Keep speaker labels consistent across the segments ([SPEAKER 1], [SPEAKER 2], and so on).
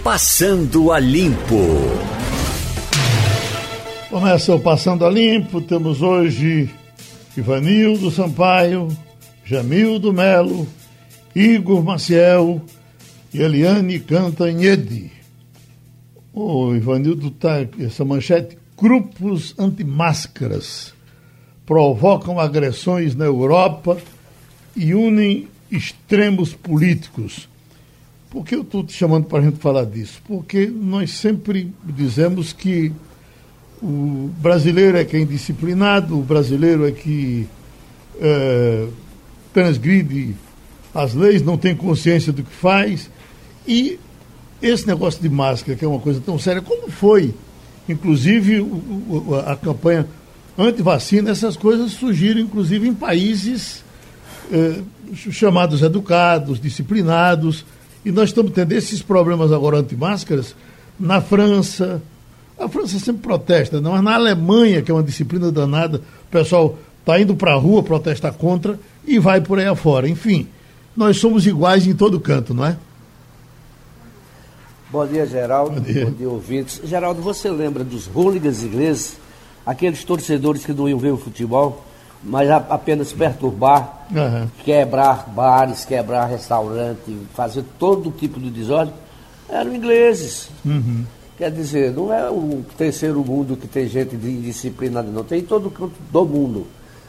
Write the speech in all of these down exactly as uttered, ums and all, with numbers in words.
[SPEAKER 1] Passando a Limpo.
[SPEAKER 2] Começa o Passando a Limpo. Temos hoje Ivanildo Sampaio, Jamildo Melo, Igor Maciel e Eliane Cantanhede. O Ivanildo está essa manchete: grupos antimáscaras provocam agressões na Europa e unem extremos políticos. Por que eu estou te chamando para a gente falar disso? Porque nós sempre dizemos que o brasileiro é que é indisciplinado, o brasileiro é que é, transgride as leis, não tem consciência do que faz. E esse negócio de máscara, que é uma coisa tão séria, como foi, inclusive, o, o, a campanha anti-vacina, essas coisas surgiram, inclusive, em países eh, chamados educados, disciplinados, e nós estamos tendo esses problemas agora anti-máscaras na França. A França sempre protesta, não? Mas na Alemanha, que é uma disciplina danada, o pessoal está indo para a rua protestar contra e vai por aí afora. Enfim, nós somos iguais em todo canto, não é?
[SPEAKER 3] Bom dia, Geraldo.
[SPEAKER 2] Bom dia,
[SPEAKER 3] Bom dia, ouvintes. Geraldo, você lembra dos hooligans ingleses? Aqueles torcedores que não iam ver o futebol, mas a, apenas perturbar, uhum. quebrar bares, quebrar restaurante, fazer todo tipo de desordem? Eram ingleses. Uhum. Quer dizer, não é o terceiro mundo que tem gente indisciplinada, não. Tem em todo canto do mundo.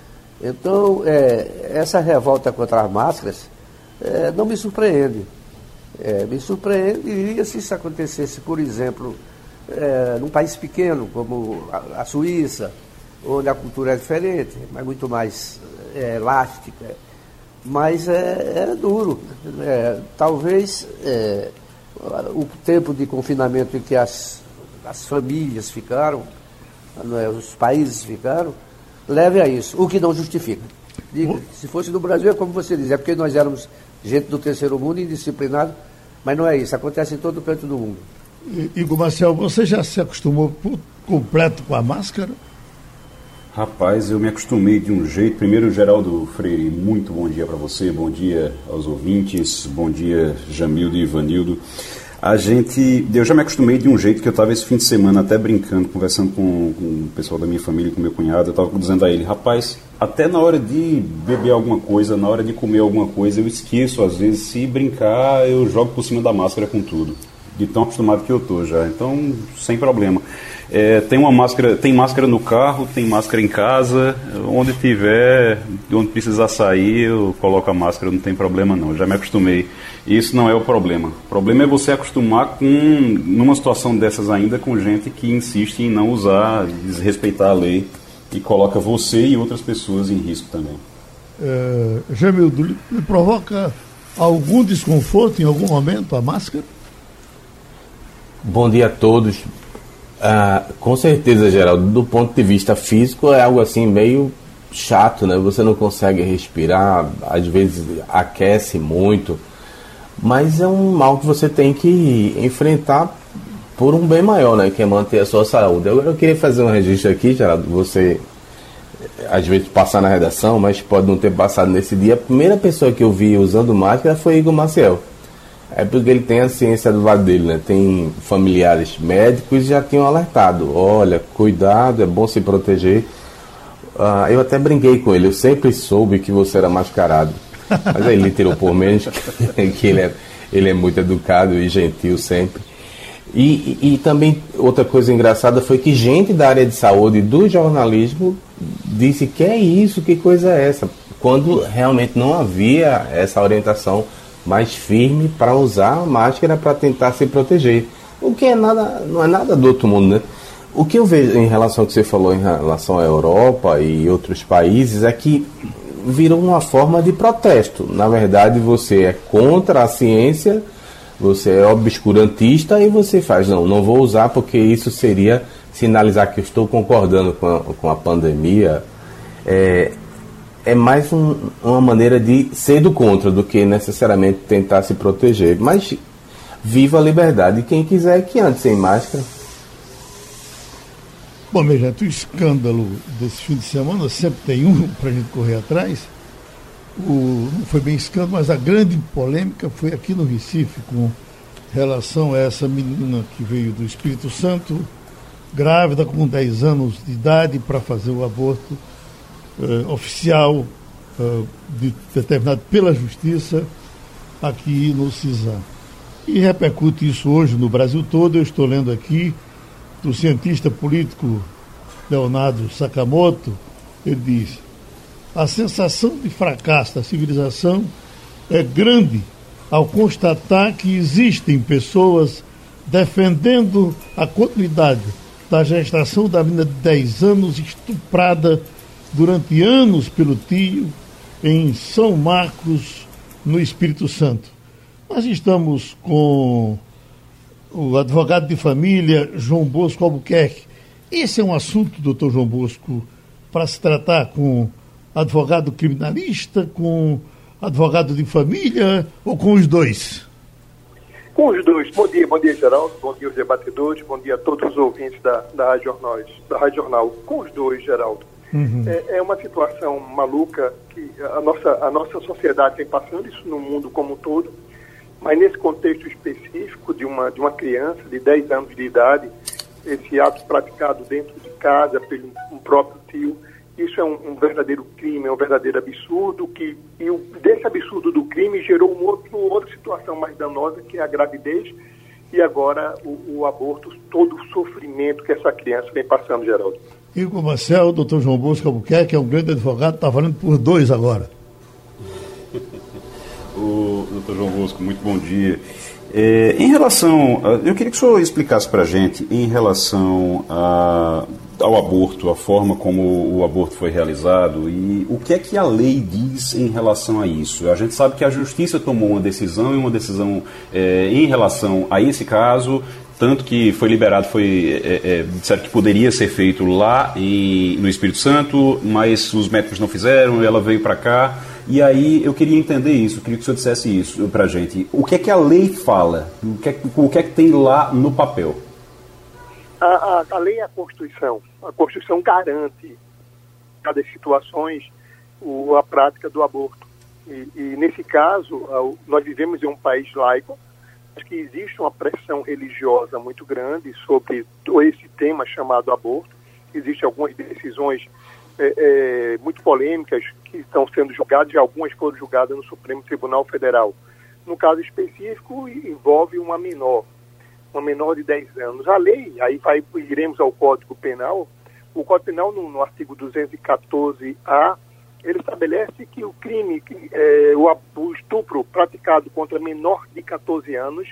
[SPEAKER 3] Então, é, essa revolta contra as máscaras é, não me surpreende. É, me surpreenderia se isso acontecesse, por exemplo, é, num país pequeno como a, a Suíça, onde a cultura é diferente, mas muito mais é, elástica, mas é, é duro. É, talvez é, o tempo de confinamento em que as, as famílias ficaram, não é, os países ficaram, leve a isso, o que não justifica. Diga, se fosse no Brasil, é como você diz, é porque nós éramos gente do terceiro mundo, indisciplinado, mas não é isso, acontece em todo canto do mundo.
[SPEAKER 2] Igor Marcel, você já se acostumou por completo com a máscara?
[SPEAKER 4] Rapaz, eu me acostumei de um jeito. Primeiro, Geraldo Freire, muito bom dia para você, bom dia aos ouvintes, bom dia, Jamildo e Ivanildo. A gente, eu já me acostumei de um jeito que eu estava esse fim de semana até brincando, conversando com, com o pessoal da minha família, com meu cunhado, eu estava dizendo a ele, rapaz, até na hora de beber alguma coisa, na hora de comer alguma coisa, eu esqueço, às vezes, se brincar, eu jogo por cima da máscara com tudo, de tão acostumado que eu tô já, então, sem problema. É, tem uma máscara, tem máscara no carro, tem máscara em casa, onde tiver, onde precisar sair, eu coloco a máscara, não tem problema não, já me acostumei. Isso não é o problema. O problema é você acostumar com, numa situação dessas ainda, com gente que insiste em não usar, desrespeitar a lei e coloca você e outras pessoas em risco também.
[SPEAKER 2] É, Jamildo, lhe provoca algum desconforto em algum momento a máscara?
[SPEAKER 5] Bom dia a todos. Ah, com certeza, Geraldo, do ponto de vista físico é algo assim meio chato, né? Você não consegue respirar, às vezes aquece muito, mas é um mal que você tem que enfrentar por um bem maior, né? Que é manter a sua saúde. Agora eu queria fazer um registro aqui, Geraldo, você às vezes passar na redação, mas pode não ter passado nesse dia. A primeira pessoa que eu vi usando máscara foi Igor Maciel. É porque ele tem a ciência do lado dele, né? Tem familiares médicos e já tinham alertado. Olha, cuidado, é bom se proteger. Ah, eu até brinquei com ele, eu sempre soube que você era mascarado. Mas aí ele tirou por menos, que ele é, ele é muito educado e gentil sempre. E, e, e também outra coisa engraçada foi que gente da área de saúde, do jornalismo, disse que é isso, que coisa é essa? Quando realmente não havia essa orientação mais firme para usar a máscara para tentar se proteger. O que é nada, não é nada do outro mundo, né? O que eu vejo em relação ao que você falou em relação à Europa e outros países é que virou uma forma de protesto. Na verdade, você é contra a ciência, você é obscurantista e você faz, não, não vou usar porque isso seria sinalizar que eu estou concordando com a, com a pandemia. É, é mais um, uma maneira de ser do contra do que necessariamente tentar se proteger. Mas viva a liberdade. Quem quiser que ande sem máscara.
[SPEAKER 2] Bom, minha gente, o escândalo desse fim de semana sempre tem um para a gente correr atrás. O, não foi bem escândalo, mas a grande polêmica foi aqui no Recife com relação a essa menina que veio do Espírito Santo, grávida com dez anos de idade, para fazer o aborto uh, oficial uh, de, determinado pela Justiça aqui no CISAM. E repercute isso hoje no Brasil todo. Eu estou lendo aqui do cientista político Leonardo Sakamoto. Ele diz: a sensação de fracasso da civilização é grande ao constatar que existem pessoas defendendo a continuidade da gestação da menina de dez anos estuprada durante anos pelo tio em São Marcos, no Espírito Santo. Nós estamos com o advogado de família João Bosco Albuquerque. Esse é um assunto, doutor João Bosco, para se tratar com advogado criminalista, com advogado de família ou com os dois?
[SPEAKER 6] Com os dois. Bom dia, bom dia, Geraldo, bom dia aos debatedores, bom dia a todos os ouvintes da, da, Rádio, Jornais, da Rádio Jornal. Com os dois, Geraldo. Uhum. É, é uma situação maluca que a nossa, a nossa sociedade vem passando, isso no mundo como um todo, mas nesse contexto específico de uma, de uma criança de dez anos de idade, esse ato praticado dentro de casa pelo um próprio tio, isso é um, um verdadeiro crime, é um verdadeiro absurdo, que, e o, desse absurdo do crime gerou um outro, outra situação mais danosa, que é a gravidez, e agora o, o aborto, todo o sofrimento que essa criança vem passando, Geraldo.
[SPEAKER 2] Igor Marcel, doutor João Bosco Albuquerque, que é um grande advogado, está falando por dois agora.
[SPEAKER 4] O doutor João Bosco, muito bom dia. É, em relação, a, eu queria que o senhor explicasse para a gente, em relação a, ao aborto, a forma como o aborto foi realizado e o que é que a lei diz em relação a isso. A gente sabe que a Justiça tomou uma decisão e uma decisão é, em relação a esse caso, tanto que foi liberado, foi é, é, disseram que poderia ser feito lá em, no Espírito Santo, mas os médicos não fizeram, ela veio para cá. E aí eu queria entender isso, queria que o senhor dissesse isso pra gente. O que é que a lei fala? O que é, o que, é que tem lá no papel?
[SPEAKER 6] A, a, a lei é a Constituição. A Constituição garante, em cada situações, o, a prática do aborto. E, e nesse caso, nós vivemos em um país laico, mas que existe uma pressão religiosa muito grande sobre esse tema chamado aborto. Existem algumas decisões É, é, muito polêmicas que estão sendo julgadas, e algumas foram julgadas no Supremo Tribunal Federal. No caso específico, envolve uma menor, uma menor de dez anos. A lei, aí vai, iremos ao Código Penal, o Código Penal, no, no artigo duzentos e quatorze A, ele estabelece que o crime, que, é, o, o estupro praticado contra menor de catorze anos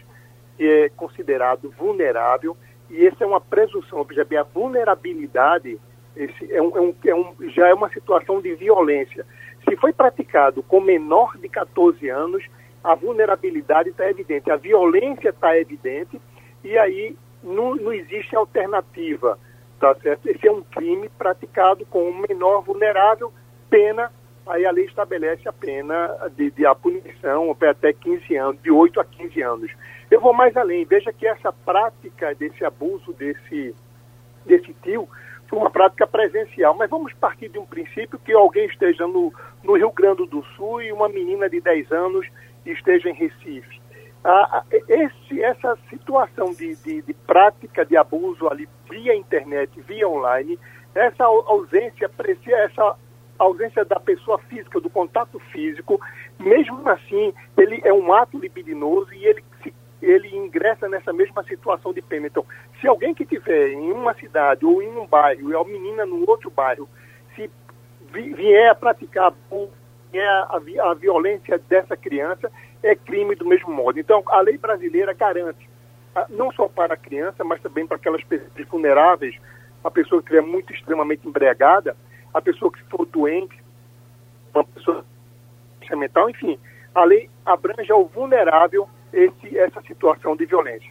[SPEAKER 6] é considerado vulnerável, e essa é uma presunção, veja bem, a vulnerabilidade. Esse é um, é um, é um, já é uma situação de violência. Se foi praticado com menor de catorze anos, a vulnerabilidade está evidente, a violência está evidente, e aí não, não existe alternativa, tá certo? Esse é um crime praticado com um menor vulnerável, pena, aí a lei estabelece a pena de, de a punição até quinze anos, de oito a quinze anos. Eu vou mais além, veja que essa prática desse abuso desse, desse tio foi uma prática presencial, mas vamos partir de um princípio que alguém esteja no, no Rio Grande do Sul e uma menina de dez anos esteja em Recife. Ah, esse, essa situação de, de, de prática de abuso ali via internet, via online, essa ausência, essa ausência da pessoa física, do contato físico, mesmo assim, ele é um ato libidinoso e ele se ele ingressa nessa mesma situação de pena. Então, se alguém que estiver em uma cidade ou em um bairro e a menina num outro bairro, se vier a praticar vier a, a violência dessa criança, é crime do mesmo modo. Então, a lei brasileira garante, não só para a criança, mas também para aquelas pessoas vulneráveis, a pessoa que estiver muito extremamente embriagada, a pessoa que for doente, uma pessoa mental, enfim, a lei abrange ao vulnerável Esse, essa situação de violência.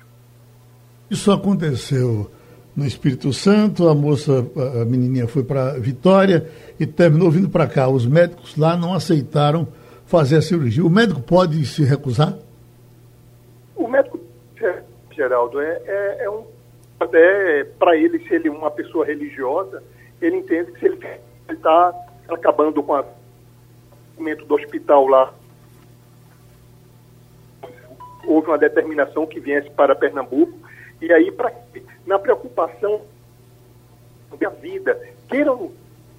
[SPEAKER 2] Isso aconteceu no Espírito Santo, a moça, a menininha foi para Vitória e terminou vindo para cá. Os médicos lá não aceitaram fazer a cirurgia. O médico pode se recusar?
[SPEAKER 6] O médico, Geraldo, é, é, é um, até para ele, se ele é uma pessoa religiosa, ele entende que se ele está acabando com o do hospital lá, houve uma determinação que viesse para Pernambuco, e aí, pra, na preocupação da vida, queiram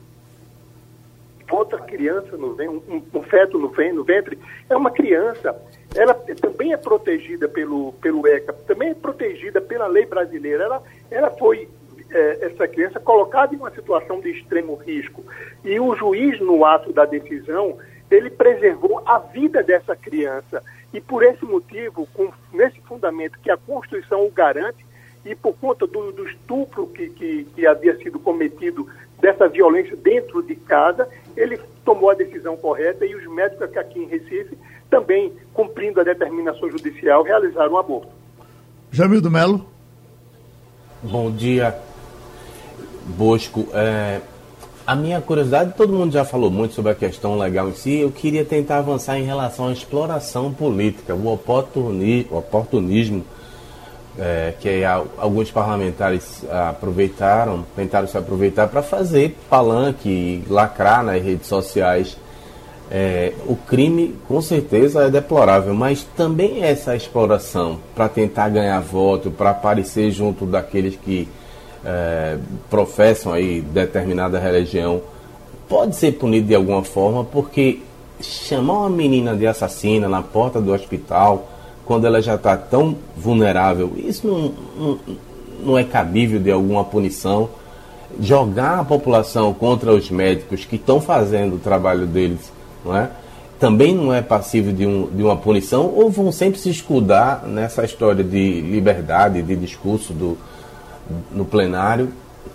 [SPEAKER 6] outra criança no ventre, um, um feto no ventre, no ventre, é uma criança, ela também é protegida pelo, pelo ECA, também é protegida pela lei brasileira. Ela, ela foi, é, essa criança, colocada em uma situação de extremo risco. E o juiz, no ato da decisão, ele preservou a vida dessa criança. E por esse motivo, com, nesse fundamento que a Constituição o garante, e por conta do, do estupro que, que, que havia sido cometido, dessa violência dentro de casa, ele tomou a decisão correta, e os médicos aqui em Recife, também cumprindo a determinação judicial, realizaram o aborto.
[SPEAKER 2] Jamildo Melo.
[SPEAKER 5] Bom dia, Bosco. É, a minha curiosidade, todo mundo já falou muito sobre a questão legal em si, eu queria tentar avançar em relação à exploração política, o oportunismo, o oportunismo É, que é, alguns parlamentares aproveitaram, tentaram se aproveitar para fazer palanque e lacrar nas redes sociais. É, o crime, com certeza, é deplorável, mas também essa exploração para tentar ganhar voto, para aparecer junto daqueles que é, professam aí determinada religião, pode ser punido de alguma forma, porque chamar uma menina de assassina na porta do hospital, quando ela já está tão vulnerável, isso não, não, não é cabível de alguma punição. Jogar a população contra os médicos que estão fazendo o trabalho deles, não é? Também não é passível de, um, de uma punição, ou vão sempre se escudar nessa história de liberdade, de discurso do, no plenário?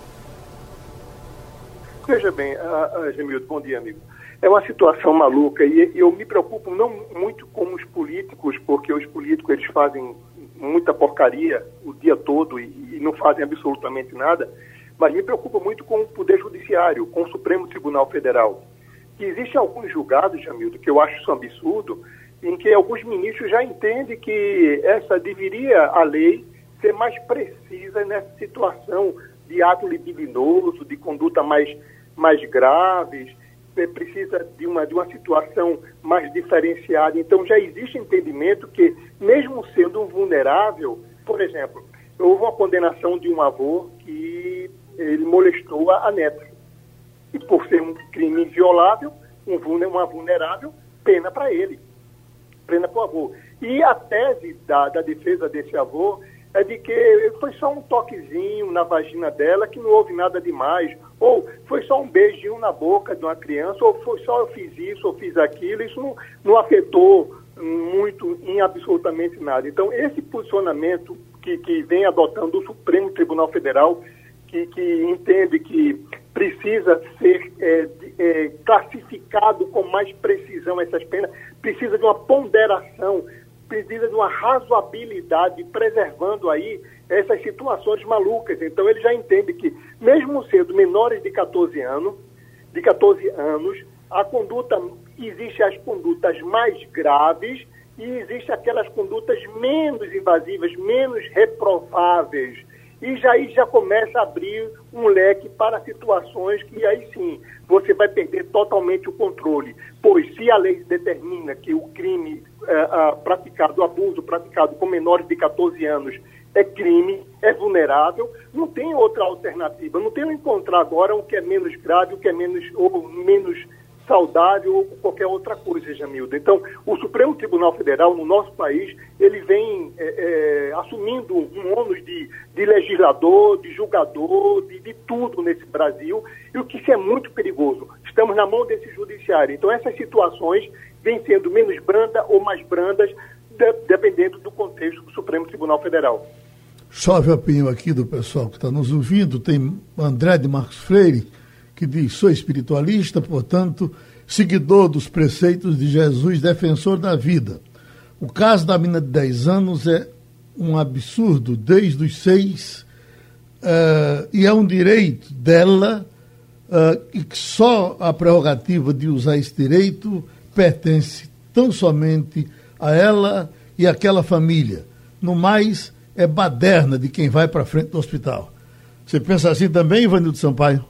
[SPEAKER 6] Veja bem, uh, uh, Jamildo, bom dia, amigo. É uma situação maluca, e eu me preocupo não muito com os políticos, porque os políticos eles fazem muita porcaria o dia todo e, e não fazem absolutamente nada, mas me preocupa muito com o Poder Judiciário, com o Supremo Tribunal Federal. E existem alguns julgados, Jamildo, que eu acho isso um absurdo, em que alguns ministros já entendem que essa deveria, a lei, ser mais precisa nessa situação de ato libidinoso, de conduta mais, mais graves, precisa de uma, de uma situação mais diferenciada. Então já existe entendimento que, mesmo sendo um vulnerável, por exemplo, houve uma condenação de um avô que ele molestou a, a neta. E por ser um crime inviolável, um, uma vulnerável, pena para ele, pena para o avô. E a tese da, da defesa desse avô é de que foi só um toquezinho na vagina dela, que não houve nada demais, ou foi só um beijinho na boca de uma criança, ou foi só eu fiz isso, ou fiz aquilo, isso não, não afetou muito em absolutamente nada. Então, esse posicionamento que, que vem adotando o Supremo Tribunal Federal, que, que entende que precisa ser é, é, classificado com mais precisão essas penas, precisa de uma ponderação, precisa de uma razoabilidade, preservando aí essas situações malucas. Então ele já entende que, mesmo sendo menores de catorze anos, de catorze anos, a conduta, existe as condutas mais graves e existe aquelas condutas menos invasivas, menos reprováveis. E já aí já começa a abrir um leque para situações que aí sim você vai perder totalmente o controle. Pois se a lei determina que o crime uh, uh, praticado, o abuso praticado com menores de catorze anos é crime, é vulnerável, não tem outra alternativa. Não tem que encontrar agora o que é menos grave, o que é menos, ou menos saudável ou qualquer outra coisa, Jamildo. Então, o Supremo Tribunal Federal, no nosso país, ele vem é, é, assumindo um ônus de, de legislador, de julgador, de, de tudo nesse Brasil, e o que isso é muito perigoso. Estamos na mão desse judiciário. Então, essas situações vêm sendo menos brandas ou mais brandas, de, dependendo do contexto do Supremo Tribunal Federal.
[SPEAKER 2] Chove a opinião aqui do pessoal que está nos ouvindo. Tem André de Marcos Freire, que diz: sou espiritualista, portanto, seguidor dos preceitos de Jesus, defensor da vida. O caso da menina de dez anos é um absurdo desde os seis, uh, e é um direito dela, uh, e que só a prerrogativa de usar esse direito pertence tão somente a ela e àquela família. No mais, é baderna de quem vai para frente do hospital. Você pensa assim também, Ivanildo Sampaio?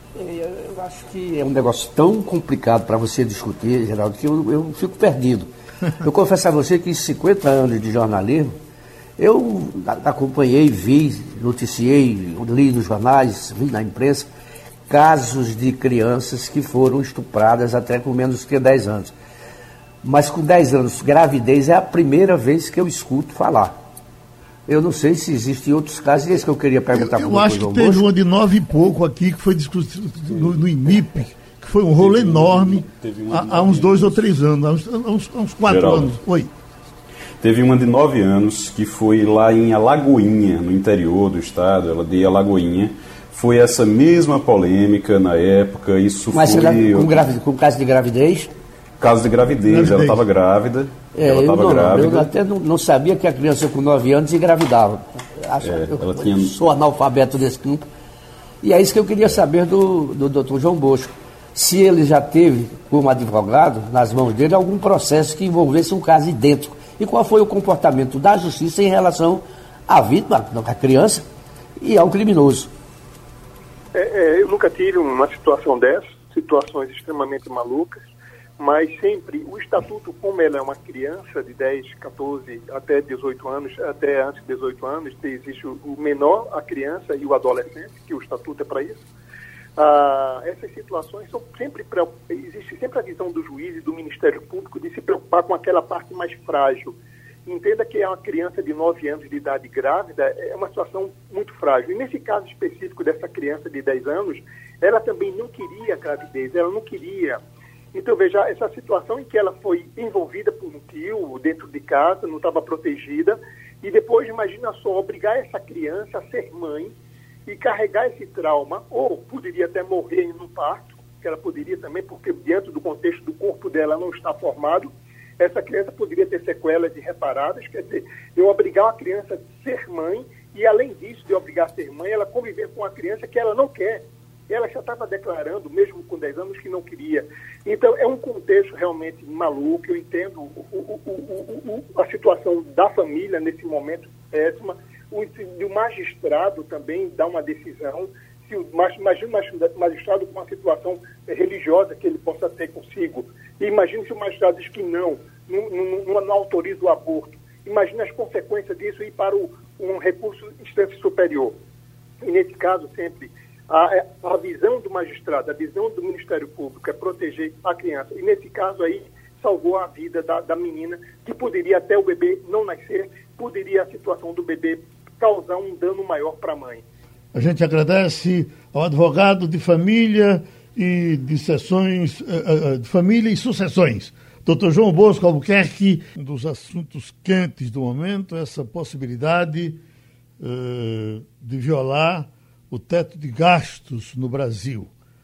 [SPEAKER 3] Eu acho que é um negócio tão complicado para você discutir, Geraldo, que eu, eu fico perdido. Eu confesso a você que em cinquenta anos de jornalismo, eu acompanhei, vi, noticiei, li nos jornais, vi na imprensa, casos de crianças que foram estupradas até com menos que dez anos. Mas com dez anos, gravidez é a primeira vez que eu escuto falar. Eu não sei se existem outros casos, e é isso que eu queria perguntar para o
[SPEAKER 2] Eu acho que teve uma de nove e pouco aqui, que foi discutido no, no I M I P, que foi um rolo teve enorme, um, há, há uns dois ou três anos, há uns, há uns, há uns quatro Geraldo. anos. Oi.
[SPEAKER 4] Teve uma de nove anos, que foi lá em Alagoinha, no interior do estado, ela de Alagoinha. Foi essa mesma polêmica na época, isso
[SPEAKER 3] Mas
[SPEAKER 4] foi...
[SPEAKER 3] Mas com, gravid... com caso de gravidez?
[SPEAKER 4] Caso de gravidez, gravidez. ela estava grávida.
[SPEAKER 3] É, ela estava grávida. Eu até não, não sabia que a criança com nove anos engravidava. Acho é, que eu, ela tinha... eu sou analfabeto desse campo. E é isso que eu queria saber do, do doutor João Bosco. Se ele já teve, como advogado, nas mãos dele, algum processo que envolvesse um caso idêntico. E qual foi o comportamento da justiça em relação à vítima, à criança, e ao criminoso?
[SPEAKER 6] É, é, eu nunca tive uma situação dessa, situações extremamente malucas, mas sempre o estatuto, como ela é uma criança de dez, catorze até dezoito anos, até antes de dezoito anos, existe o menor, a criança e o adolescente, que o estatuto é para isso. Ah, essas situações são sempre, existe sempre a visão do juiz e do Ministério Público de se preocupar com aquela parte mais frágil. Entenda que é uma criança de nove anos de idade grávida, é uma situação muito frágil. E nesse caso específico dessa criança de dez anos, ela também não queria gravidez, ela não queria. Então, veja, essa situação em que ela foi envolvida por um tio dentro de casa, não estava protegida, e depois, imagina só, obrigar essa criança a ser mãe e carregar esse trauma, ou poderia até morrer no parto, que ela poderia também, porque dentro do contexto do corpo dela não está formado, essa criança poderia ter sequelas irreparáveis. Quer dizer, eu obrigar uma criança a ser mãe, e além disso, de obrigar a ser mãe, ela conviver com uma criança que ela não quer. Ela já estava declarando, mesmo com dez anos, que não queria. Então, é um contexto realmente maluco. Eu entendo o, o, o, o, a situação da família nesse momento péssima. O, o magistrado também dá uma decisão. Se o, imagina o magistrado com uma situação religiosa que ele possa ter consigo. E imagine se o magistrado diz que não, não, não, não autoriza o aborto. Imagina as consequências disso ir para o, um recurso instância superior. E nesse caso, sempre... A, a visão do magistrado, a visão do Ministério Público é proteger a criança. E nesse caso aí, salvou a vida da, da menina, que poderia até o bebê não nascer, poderia a situação do bebê causar um dano maior para a mãe.
[SPEAKER 2] A gente agradece ao advogado de família e de sessões, de família e sucessões, doutor João Bosco Albuquerque. Um dos assuntos quentes do momento, essa possibilidade uh, de violar o teto de gastos no Brasil.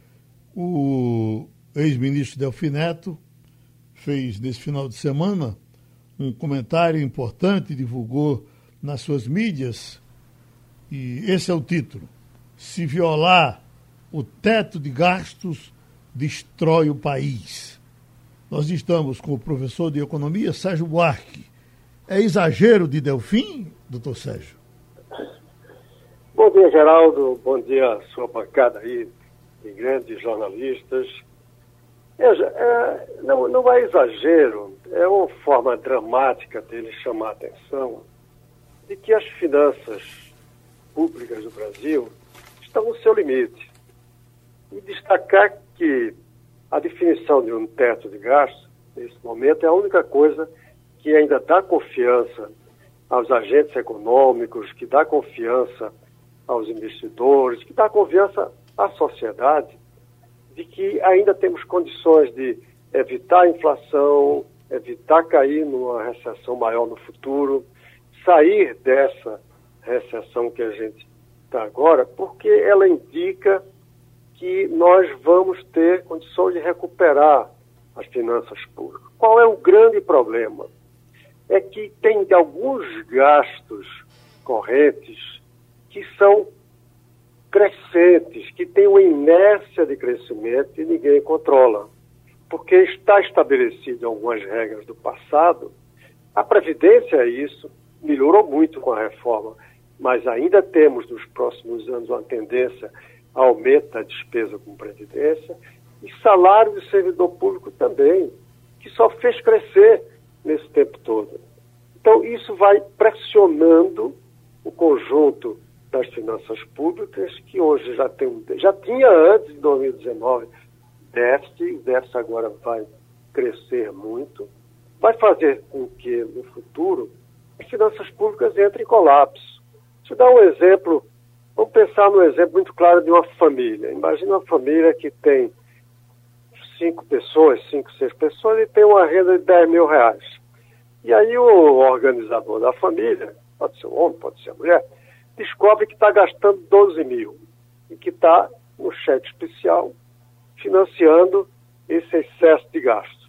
[SPEAKER 2] O ex-ministro Delfim Neto fez, nesse final de semana, um comentário importante, divulgou nas suas mídias, e esse é o título: se violar o teto de gastos, destrói o país. Nós estamos com o professor de economia, Sérgio Buarque. É exagero de Delfim, doutor Sérgio?
[SPEAKER 7] Bom dia, Geraldo. Bom dia à sua bancada aí, de grandes jornalistas. É, é, não, não é exagero, é uma forma dramática dele chamar a atenção de que as finanças públicas do Brasil estão no seu limite. E destacar que a definição de um teto de gastos, nesse momento, é a única coisa que ainda dá confiança aos agentes econômicos, que dá confiança aos investidores, que dá confiança à sociedade de que ainda temos condições de evitar a inflação, evitar cair numa recessão maior no futuro, sair dessa recessão que a gente está agora, porque ela indica que nós vamos ter condições de recuperar as finanças públicas. Qual é o grande problema? É que tem alguns gastos correntes que são crescentes, que têm uma inércia de crescimento e ninguém controla. Porque está estabelecido algumas regras do passado. A Previdência é isso, melhorou muito com a reforma, mas ainda temos nos próximos anos uma tendência a aumento da despesa com Previdência, e salário do servidor público também, que só fez crescer. nesse tempo todo. Então, isso vai pressionando o conjunto das finanças públicas, que hoje já, tem, já tinha antes de dois mil e dezenove déficit, o déficit agora vai crescer muito, vai fazer com que, no futuro, as finanças públicas entrem em colapso. Deixa eu dar um exemplo, vamos pensar num exemplo muito claro de uma família. Imagina uma família que tem cinco pessoas, cinco, seis pessoas, e tem uma renda de dez mil reais. E aí o organizador da família, pode ser o homem, pode ser a mulher, descobre que está gastando doze mil e que está no cheque especial financiando esse excesso de gasto.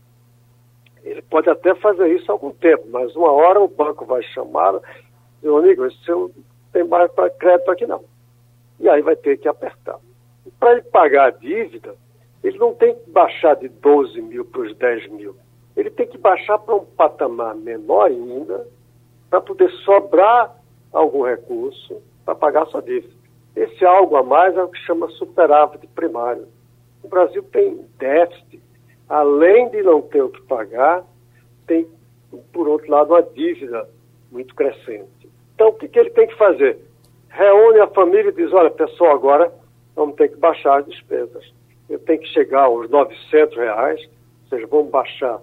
[SPEAKER 7] Ele pode até fazer isso há algum tempo, mas uma hora o banco vai chamar, meu amigo, esse seu tem mais para crédito aqui não. E aí vai ter que apertar. Para ele pagar a dívida, ele não tem que baixar de doze mil para os dez mil. Ele tem que baixar para um patamar menor ainda, para poder sobrar algum recurso para pagar a sua dívida. Esse algo a mais é o que chama superávit primário. O Brasil tem déficit, além de não ter o que pagar, tem, por outro lado, uma dívida muito crescente. Então, o que, que ele tem que fazer? Reúne a família e diz, olha, pessoal, agora vamos ter que baixar as despesas. Eu tenho que chegar aos novecentos reais, ou seja, vamos baixar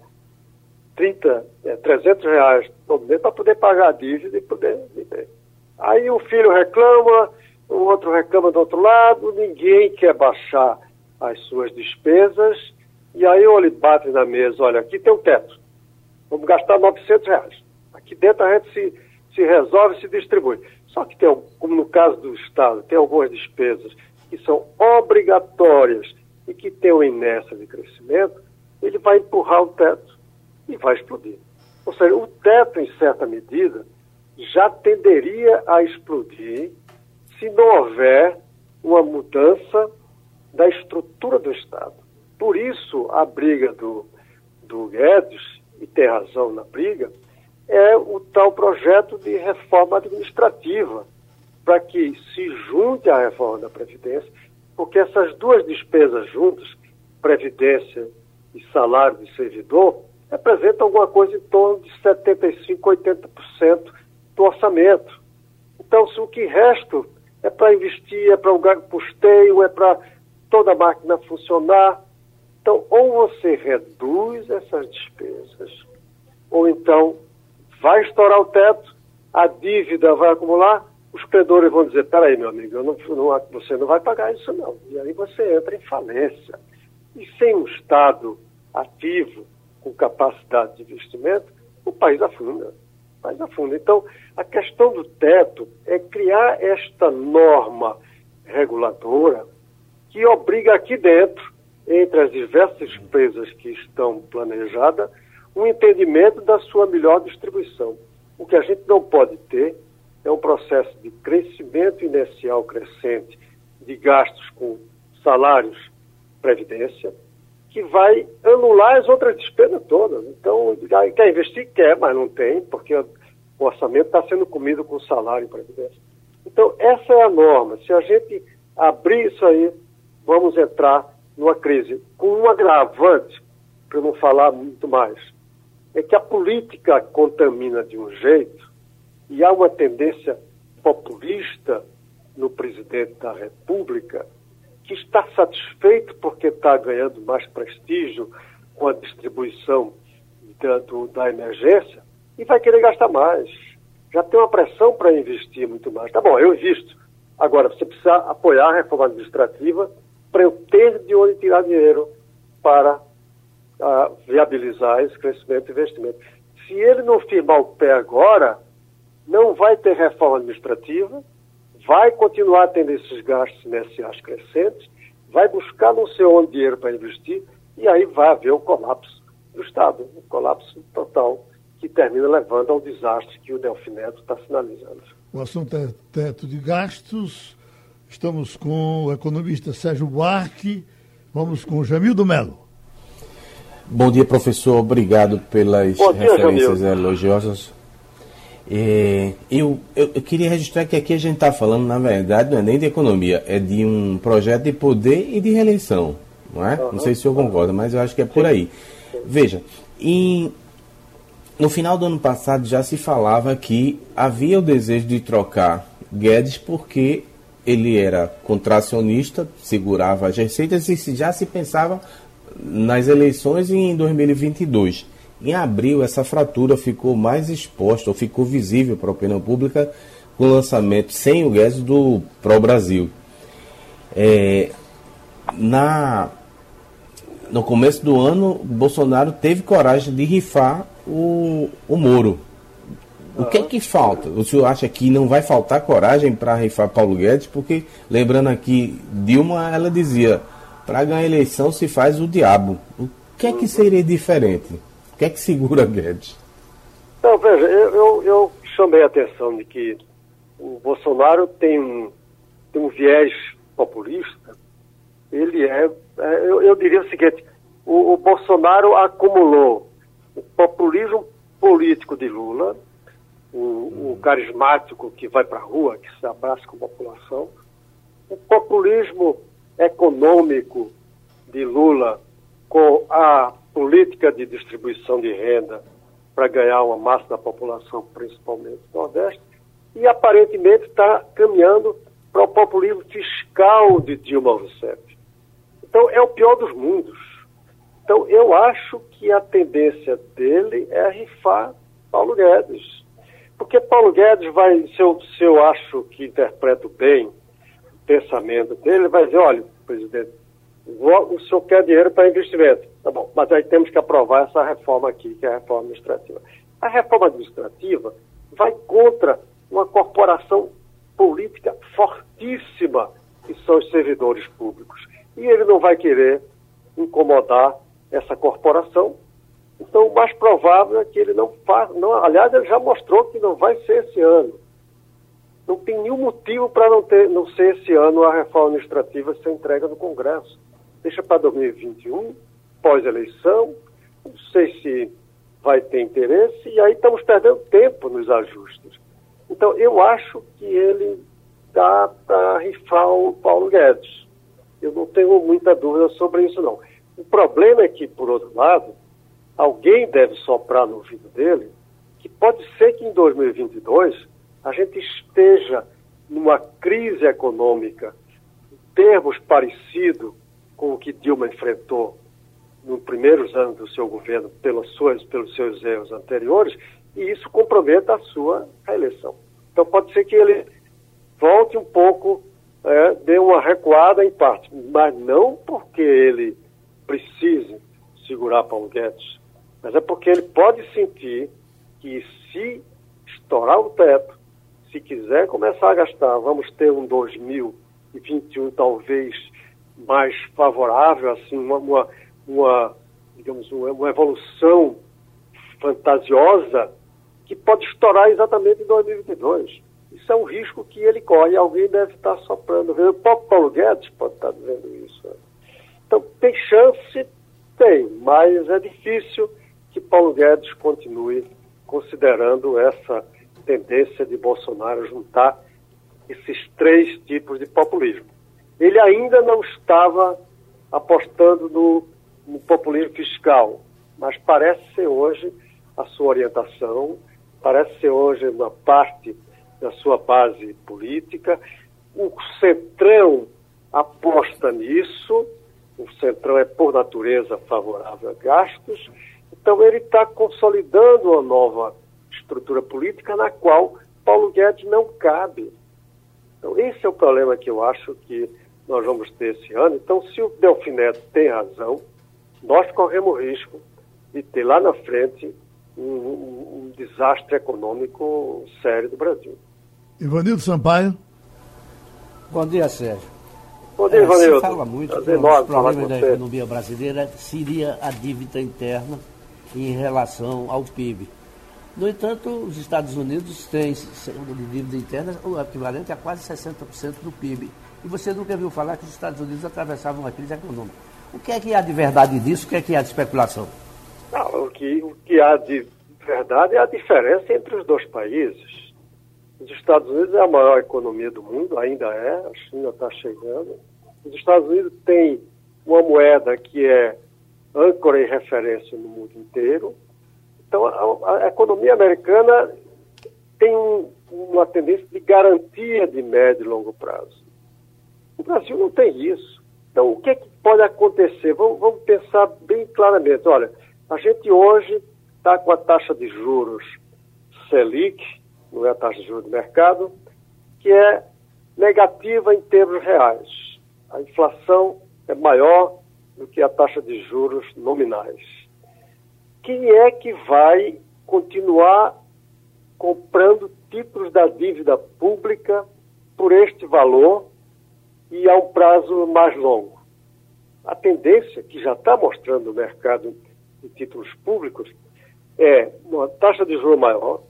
[SPEAKER 7] trinta, é, trezentos reais todo mês para poder pagar a dívida e poder viver. Aí o filho reclama, o outro reclama do outro lado, ninguém quer baixar as suas despesas, e aí ele bate na mesa, olha, aqui tem um teto, vamos gastar novecentos reais. Aqui dentro a gente se, se resolve e se distribui. Só que tem, como no caso do Estado, tem algumas despesas que são obrigatórias e que tem uma inércia de crescimento, ele vai empurrar o teto e vai explodir. Ou seja, o teto, em certa medida, já tenderia a explodir se não houver uma mudança da estrutura do Estado. Por isso, a briga do, do Guedes, e tem razão na briga, é o tal projeto de reforma administrativa, para que se junte à reforma da Previdência, porque essas duas despesas juntas, Previdência e salário de servidor, representam alguma coisa em torno de setenta e cinco por cento, oitenta por cento do orçamento. Então, se o que resta é para investir, é para o custeio, é para toda a máquina funcionar. Então, ou você reduz essas despesas, ou então vai estourar o teto, a dívida vai acumular, os credores vão dizer, peraí, meu amigo, eu não, não, você não vai pagar isso não. E aí você entra em falência. E sem um Estado ativo, com capacidade de investimento, o país afunda. O país afunda. Então, a questão do teto é criar esta norma reguladora que obriga aqui dentro, entre as diversas despesas que estão planejadas, um entendimento da sua melhor distribuição. O que a gente não pode ter é um processo de crescimento inicial crescente de gastos com salários, previdência, que vai anular as outras despesas todas. Então, quer investir? Quer, mas não tem, porque o orçamento está sendo comido com salário e previdência. Então, essa é a norma. Se a gente abrir isso aí, vamos entrar numa crise. Com um agravante, para não falar muito mais, é que a política contamina de um jeito e há uma tendência populista no presidente da República que está satisfeito porque está ganhando mais prestígio com a distribuição da, do, da emergência e vai querer gastar mais. Já tem uma pressão para investir muito mais. Tá bom, eu invisto. Agora, você precisa apoiar a reforma administrativa para eu ter de onde tirar dinheiro para uh, viabilizar esse crescimento e investimento. Se ele não firmar o pé agora, não vai ter reforma administrativa, vai continuar tendo esses gastos iniciais crescentes, vai buscar não sei onde dinheiro para investir, e aí vai haver um colapso do Estado, um colapso total, que termina levando ao desastre que o Delfim Neto está sinalizando.
[SPEAKER 2] O assunto é teto de gastos. Estamos com o economista Sérgio Buarque. Vamos com o Jamildo Melo.
[SPEAKER 5] Bom dia, professor. Obrigado pelas
[SPEAKER 7] Bom dia,
[SPEAKER 5] referências
[SPEAKER 7] Jamildo.
[SPEAKER 5] elogiosas. É, eu, eu, eu queria registrar que aqui a gente está falando, na verdade, não é nem de economia, é de um projeto de poder e de reeleição, não é? Uhum. Não sei se o senhor concorda, mas eu acho que é por aí. Veja, em, no final do ano passado já se falava que havia o desejo de trocar Guedes porque ele era contracionista, segurava as receitas e já se pensava nas eleições em dois mil e vinte e dois. Em abril, essa fratura ficou mais exposta, ou ficou visível para a opinião pública, com o lançamento sem o Guedes do Pro Brasil. É, na, no começo do ano, Bolsonaro teve coragem de rifar o, o Moro. O que é que falta? O senhor acha que não vai faltar coragem para rifar Paulo Guedes? Porque, lembrando aqui, Dilma, ela dizia, para ganhar eleição se faz o diabo. O que é que seria diferente? O que é que segura Guedes?
[SPEAKER 7] Não, veja, eu, eu, eu chamei a atenção de que o Bolsonaro tem um, tem um viés populista. Ele é, é eu, eu diria o seguinte, o, o Bolsonaro acumulou o populismo político de Lula, o, o carismático que vai para a rua, que se abraça com a população, o populismo econômico de Lula com a política de distribuição de renda para ganhar uma massa da população, principalmente do Nordeste, e aparentemente está caminhando para o populismo fiscal de Dilma Rousseff. Então é o pior dos mundos. Então eu acho que a tendência dele é rifar Paulo Guedes. Porque Paulo Guedes vai, se eu, se eu acho que interpreto bem o pensamento dele, vai dizer, olha, presidente, o senhor quer dinheiro para investimento. Tá bom, mas aí temos que aprovar essa reforma aqui, que é a reforma administrativa. A reforma administrativa vai contra uma corporação política fortíssima, que são os servidores públicos. E ele não vai querer incomodar essa corporação. Então, o mais provável é que ele não faça. Não, aliás, ele já mostrou que não vai ser esse ano. Não tem nenhum motivo para não, ter, não ser esse ano a reforma administrativa ser entregue no Congresso. Deixa para dois mil e vinte e um, pós-eleição, não sei se vai ter interesse, e aí estamos perdendo tempo nos ajustes. Então, eu acho que ele dá para rifar o Paulo Guedes. Eu não tenho muita dúvida sobre isso, não. O problema é que, por outro lado, alguém deve soprar no ouvido dele que pode ser que em dois mil e vinte e dois a gente esteja numa crise econômica em termos parecido com o que Dilma enfrentou nos primeiros anos do seu governo pelas suas, pelos seus erros anteriores, e isso comprometa a sua reeleição. Então pode ser que ele volte um pouco, é, dê uma recuada em parte, mas não porque ele precise segurar Paulo Guedes, mas é porque ele pode sentir que se estourar o teto, se quiser começar a gastar, vamos ter um dois mil e vinte e um talvez mais favorável, assim, uma, uma, uma digamos, uma, uma evolução fantasiosa que pode estourar exatamente em dois mil e vinte e dois. Isso é um risco que ele corre, alguém deve estar soprando. O próprio Paulo Guedes pode estar dizendo isso. Então, tem chance? Tem, mas é difícil que Paulo Guedes continue considerando essa tendência de Bolsonaro juntar esses três tipos de populismo. Ele ainda não estava apostando no, no populismo fiscal, mas parece ser hoje a sua orientação, parece ser hoje uma parte da sua base política. O Centrão aposta nisso, o Centrão é, por natureza, favorável a gastos, então ele está consolidando uma nova estrutura política na qual Paulo Guedes não cabe. Então, esse é o problema que eu acho que nós vamos ter esse ano. Então, se o Delfim Neto tem razão, nós corremos risco de ter lá na frente um, um, um desastre econômico sério do Brasil.
[SPEAKER 2] Ivanildo Sampaio.
[SPEAKER 3] Bom dia, Sérgio.
[SPEAKER 7] Bom dia, Ivanildo.
[SPEAKER 3] É, se fala muito que o problema da economia brasileira seria a dívida interna em relação ao P I B. No entanto, os Estados Unidos têm de dívida interna o equivalente a quase sessenta por cento do P I B. E você nunca viu falar que os Estados Unidos atravessavam uma crise econômica. O que é que há de verdade disso? O que é que há de especulação?
[SPEAKER 7] Não, o, que, o que há de verdade é a diferença entre os dois países. Os Estados Unidos é a maior economia do mundo, ainda é, a China está chegando. Os Estados Unidos têm uma moeda que é âncora e referência no mundo inteiro. Então, a, a economia americana tem um, uma tendência de garantia de médio e longo prazo. O Brasil não tem isso. Então, o que é que pode acontecer? Vamos, vamos pensar bem claramente. Olha, a gente hoje está com a taxa de juros Selic, não é a taxa de juros do mercado, que é negativa em termos reais. A inflação é maior do que a taxa de juros nominais. Quem é que vai continuar comprando títulos da dívida pública por este valor e a um prazo mais longo? A tendência, que já está mostrando no mercado de títulos públicos, é uma taxa de juros maior.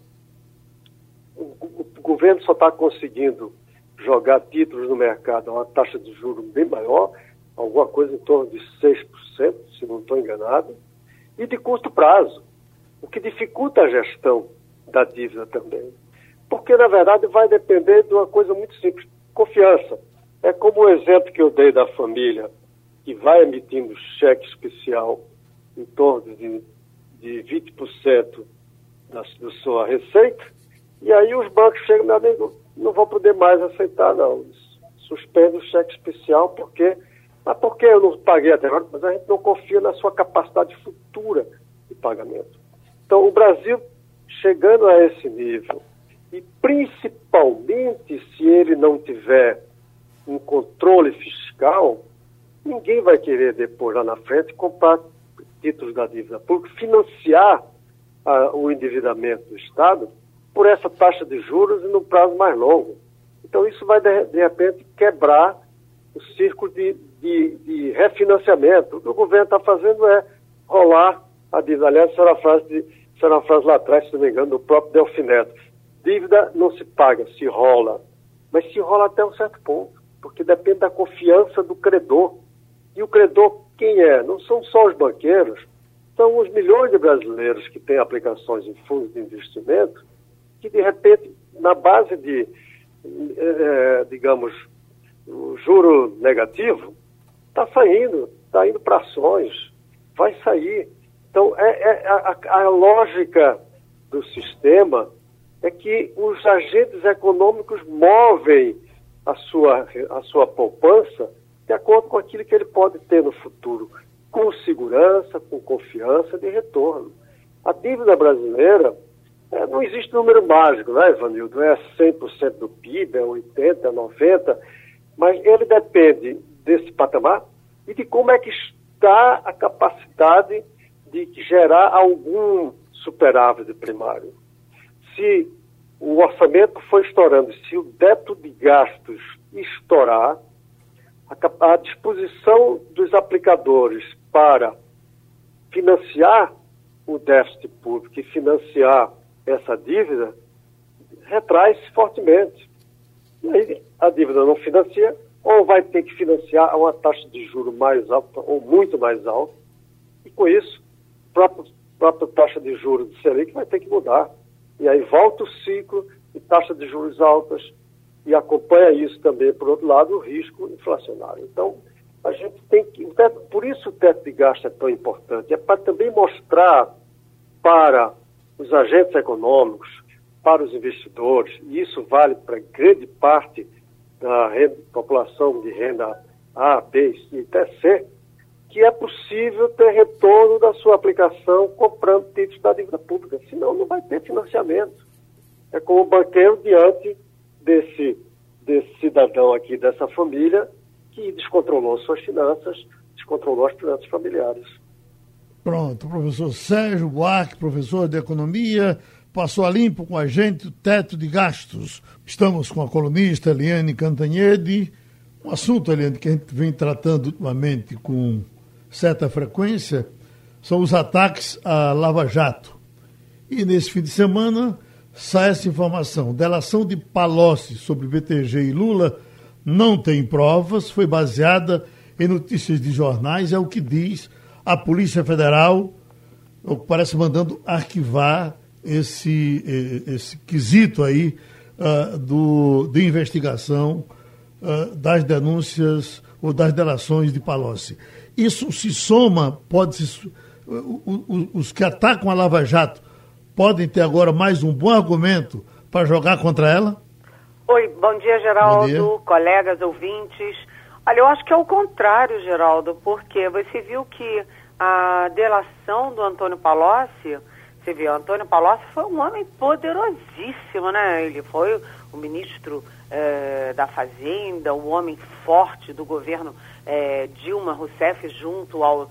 [SPEAKER 7] O, o, o governo só está conseguindo jogar títulos no mercado a uma taxa de juros bem maior, alguma coisa em torno de seis por cento, se não estou enganado, e de curto prazo, o que dificulta a gestão da dívida também. Porque, na verdade, vai depender de uma coisa muito simples, confiança. É como o exemplo que eu dei da família, que vai emitindo cheque especial em torno de, de vinte por cento da, da sua receita, e aí os bancos chegam, meu amigo, não vou poder mais aceitar, não. Suspende o cheque especial, porque... Mas por que eu não paguei até agora? Mas a gente não confia na sua capacidade futura de pagamento. Então, o Brasil, chegando a esse nível, e principalmente se ele não tiver um controle fiscal, ninguém vai querer depois, lá na frente, comprar títulos da dívida pública, financiar ah, o endividamento do Estado por essa taxa de juros e no prazo mais longo. Então, isso vai, de, de repente, quebrar o círculo de, de, de refinanciamento. O que o governo está fazendo é rolar a dívida. Aliás, isso era uma frase, de, isso era uma frase lá atrás, se não me engano, do próprio Delfim Neto. Dívida não se paga, se rola. Mas se rola até um certo ponto, porque depende da confiança do credor. E o credor, quem é? Não são só os banqueiros, são os milhões de brasileiros que têm aplicações em fundos de investimento, que, de repente, na base de, é, digamos, o juro negativo, está saindo, está indo para ações, vai sair. Então, é, é a, a lógica do sistema é que os agentes econômicos movem a sua, a sua poupança de acordo com aquilo que ele pode ter no futuro, com segurança, com confiança de retorno. A dívida brasileira, é, não existe número mágico, né, Ivanildo? Não é cem por cento do P I B, é oitenta por cento, é noventa por cento, mas ele depende desse patamar e de como é que está a capacidade de gerar algum superávit primário. Se o orçamento for estourando, se o débito de gastos estourar, a, a disposição dos aplicadores para financiar o déficit público e financiar essa dívida retrai-se fortemente. E aí a dívida não financia, ou vai ter que financiar a uma taxa de juros mais alta, ou muito mais alta, e com isso, a própria, própria taxa de juros do Selic vai ter que mudar. E aí volta o ciclo de taxa de juros altas, e acompanha isso também, por outro lado, o risco inflacionário. Então, a gente tem que... Por isso o teto de gasto é tão importante, é para também mostrar para os agentes econômicos, para os investidores, e isso vale para grande parte da renda, população de renda A, B e até C, que é possível ter retorno da sua aplicação comprando títulos da dívida pública. Senão não vai ter financiamento. É como o banqueiro diante desse, desse cidadão aqui, dessa família, que descontrolou suas finanças, descontrolou as finanças familiares.
[SPEAKER 2] Pronto, professor Sérgio Buarque, professor de Economia, passou a limpo com a gente o teto de gastos. Estamos com a colunista Eliane Cantanhede. Um assunto, Eliane, que a gente vem tratando ultimamente com certa frequência, são os ataques à Lava Jato. E nesse fim de semana sai essa informação. Delação de Palocci sobre B T G e Lula não tem provas, foi baseada em notícias de jornais, é o que diz a Polícia Federal, parece mandando arquivar esse, esse quesito aí uh, do, de investigação uh, das denúncias ou das delações de Palocci. Isso se soma, pode se, uh, uh, uh, os que atacam a Lava Jato podem ter agora mais um bom argumento para jogar contra ela?
[SPEAKER 8] Oi, bom dia, Geraldo,
[SPEAKER 2] bom dia.
[SPEAKER 8] Colegas, ouvintes. Olha, eu acho que é o contrário, Geraldo, porque você viu que a delação do Antônio Palocci, você viu, Antônio Palocci foi um homem poderosíssimo, né? Ele foi o ministro eh, da Fazenda, um homem forte do governo eh, Dilma Rousseff junto ao,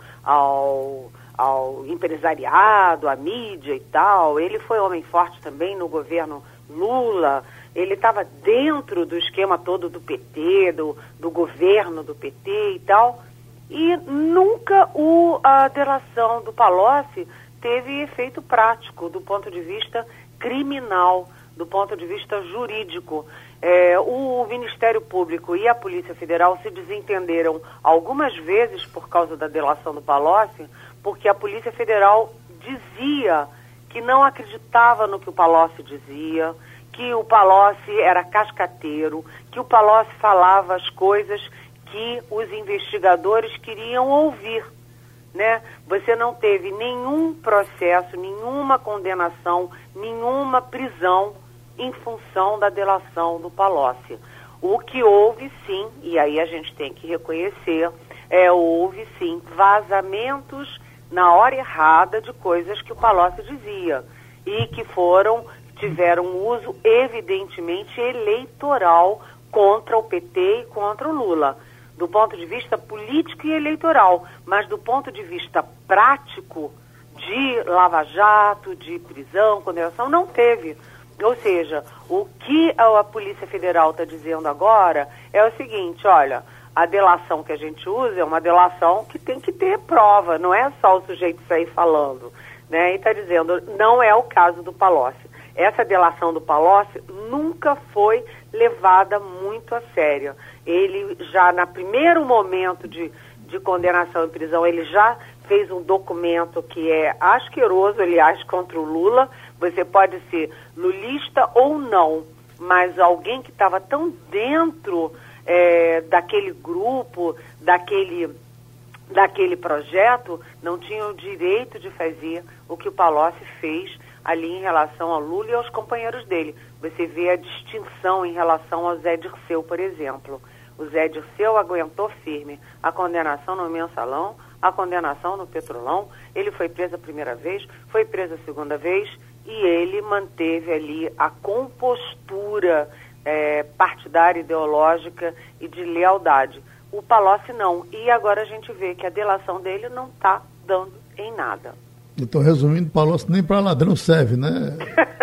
[SPEAKER 8] ao, ao empresariado, à mídia e tal. Ele foi homem forte também no governo Lula. Ele estava dentro do esquema todo do P T, do, do governo do P T e tal. E nunca o, a delação do Palocci teve efeito prático do ponto de vista criminal, do ponto de vista jurídico. É, o Ministério Público e a Polícia Federal se desentenderam algumas vezes por causa da delação do Palocci, porque a Polícia Federal dizia que não acreditava no que o Palocci dizia, que o Palocci era cascateiro, que o Palocci falava as coisas que os investigadores queriam ouvir, né? Você não teve nenhum processo, nenhuma condenação, nenhuma prisão em função da delação do Palocci. O que houve, sim, e aí a gente tem que reconhecer, é, houve, sim, vazamentos na hora errada de coisas que o Palocci dizia e que foram, tiveram uso evidentemente eleitoral contra o P T e contra o Lula, do ponto de vista político e eleitoral, mas do ponto de vista prático, de lava-jato, de prisão, condenação, não teve. Ou seja, o que a Polícia Federal está dizendo agora é o seguinte, olha, a delação que a gente usa é uma delação que tem que ter prova, não é só o sujeito sair falando, né? E está dizendo, não é o caso do Palocci. Essa delação do Palocci nunca foi levada muito a sério. Ele já, no primeiro momento de, de condenação e prisão, ele já fez um documento que é asqueroso, aliás, contra o Lula. Você pode ser lulista ou não, mas alguém que estava tão dentro é, daquele grupo, daquele, daquele projeto, não tinha o direito de fazer o que o Palocci fez ali em relação ao Lula e aos companheiros dele. Você vê a distinção em relação ao Zé Dirceu, por exemplo. O Zé Dirceu aguentou firme a condenação no Mensalão, a condenação no Petrolão. Ele foi preso a primeira vez, foi preso a segunda vez e ele manteve ali a compostura é, partidária, ideológica e de lealdade. O Palocci não. E agora a gente vê que a delação dele não está dando em nada.
[SPEAKER 2] Então, resumindo, Palocci nem para ladrão serve, né?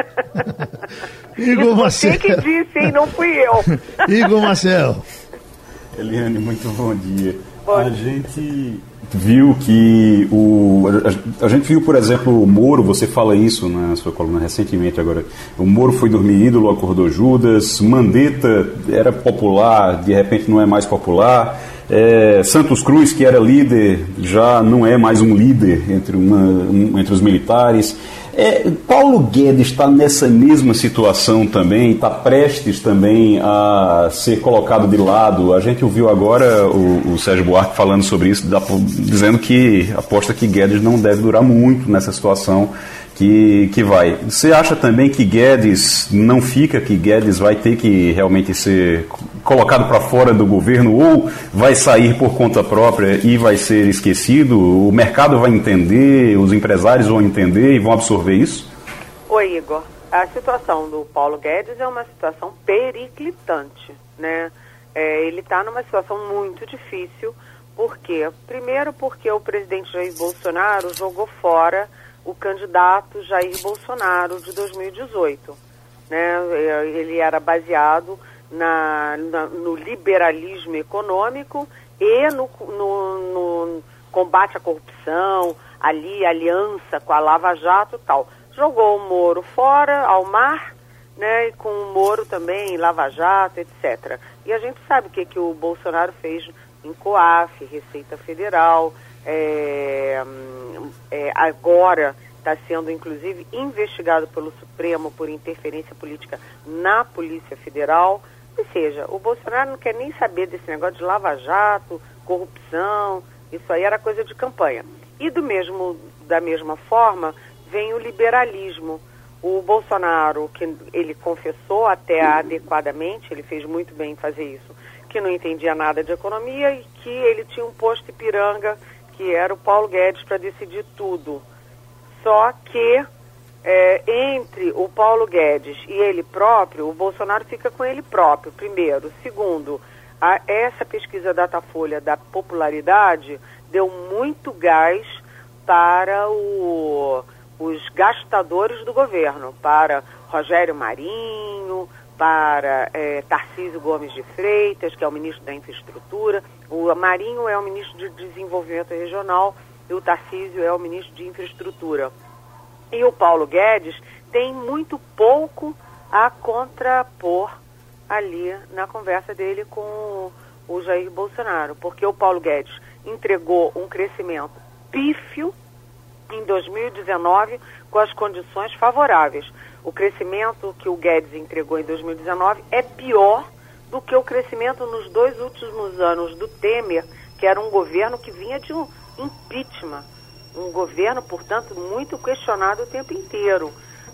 [SPEAKER 2] Igor Maciel.
[SPEAKER 8] Você que disse, hein? Não fui eu.
[SPEAKER 2] Igor Maciel.
[SPEAKER 4] Eliane, muito bom dia. Bom. A gente viu que o... A, a gente viu, por exemplo, o Moro, você fala isso na sua coluna recentemente agora, o Moro foi dormir ídolo, acordou Judas, Mandetta era popular, de repente não é mais popular, é, Santos Cruz, que era líder, já não é mais um líder entre, uma, um, entre os militares. É, Paulo Guedes está nessa mesma situação também, está prestes também a ser colocado de lado. A gente ouviu agora o, o Sérgio Buarque falando sobre isso, dizendo que aposta que Guedes não deve durar muito nessa situação que, que vai. Você acha também que Guedes não fica, que Guedes vai ter que realmente ser colocado para fora do governo ou vai sair por conta própria e vai ser esquecido? O mercado vai entender, os empresários vão entender e vão absorver isso?
[SPEAKER 8] Oi, Igor. A situação do Paulo Guedes é uma situação periclitante, né? É, ele está numa situação muito difícil. Por quê? Primeiro porque o presidente Jair Bolsonaro jogou fora o candidato Jair Bolsonaro de dois mil e dezoito. Né? Ele era baseado na, na, no liberalismo econômico e no, no, no combate à corrupção, ali aliança com a Lava Jato e tal. Jogou o Moro fora, ao mar, né? E com o Moro também, Lava Jato, etcétera. E a gente sabe o que, que o Bolsonaro fez em COAF, Receita Federal, é, é, agora está sendo inclusive investigado pelo Supremo por interferência política na Polícia Federal. Ou seja, o Bolsonaro não quer nem saber desse negócio de Lava Jato, corrupção, isso aí era coisa de campanha. E do mesmo, da mesma forma, vem o liberalismo. O Bolsonaro, que ele confessou até adequadamente, ele fez muito bem em fazer isso, que não entendia nada de economia e que ele tinha um posto Ipiranga, que era o Paulo Guedes, para decidir tudo. Só que é, entre o Paulo Guedes e ele próprio, o Bolsonaro fica com ele próprio, primeiro. Segundo, a, essa pesquisa Datafolha da popularidade deu muito gás para o... os gastadores do governo, para Rogério Marinho, para é, Tarcísio Gomes de Freitas, que é o ministro da Infraestrutura. O Marinho é o ministro de Desenvolvimento Regional e o Tarcísio é o ministro de Infraestrutura. E o Paulo Guedes tem muito pouco a contrapor ali na conversa dele com o Jair Bolsonaro, porque o Paulo Guedes entregou um crescimento pífio em dois mil e dezenove com as condições favoráveis. O crescimento que o Guedes entregou em dois mil e dezenove é pior do que o crescimento nos dois últimos anos do Temer, que era um governo que vinha de um impeachment, um governo, portanto, muito questionado o tempo inteiro.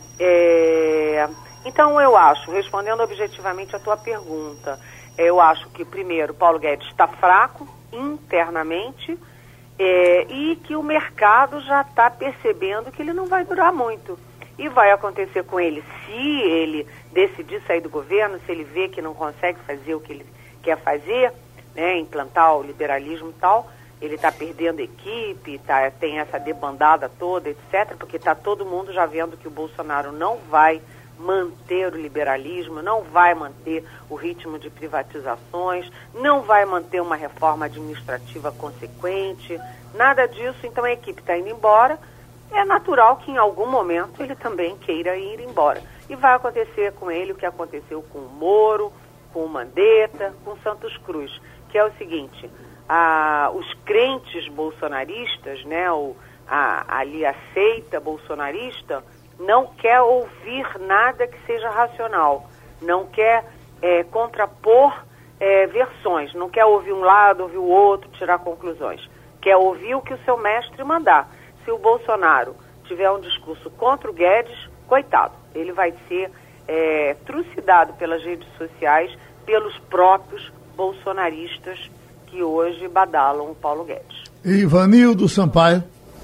[SPEAKER 8] É... Então, eu acho, respondendo objetivamente a tua pergunta, eu acho que, primeiro, Paulo Guedes está fraco internamente, É, e que o mercado já está percebendo que ele não vai durar muito. E vai acontecer com ele, se ele decidir sair do governo, se ele vê que não consegue fazer o que ele quer fazer, né, implantar o liberalismo e tal, ele está perdendo equipe, tá, tem essa debandada toda, etcétera, porque está todo mundo já vendo que o Bolsonaro não vai manter o liberalismo, não vai manter o ritmo de privatizações, não vai manter uma reforma administrativa consequente, nada disso. Então a equipe está indo embora, é natural que em algum momento ele também queira ir embora. E vai acontecer com ele o que aconteceu com o Moro, com o Mandetta, com o Santos Cruz, que é o seguinte, a, os crentes bolsonaristas, né, o, a, ali a seita bolsonarista, não quer ouvir nada que seja racional, não quer é, contrapor é, versões, não quer ouvir um lado, ouvir o outro, tirar conclusões, quer ouvir o que o seu mestre mandar. Se o Bolsonaro tiver um discurso contra o Guedes, coitado, ele vai ser é, trucidado pelas redes sociais, pelos próprios bolsonaristas que hoje badalam o Paulo Guedes.
[SPEAKER 2] Ivanildo Sampaio.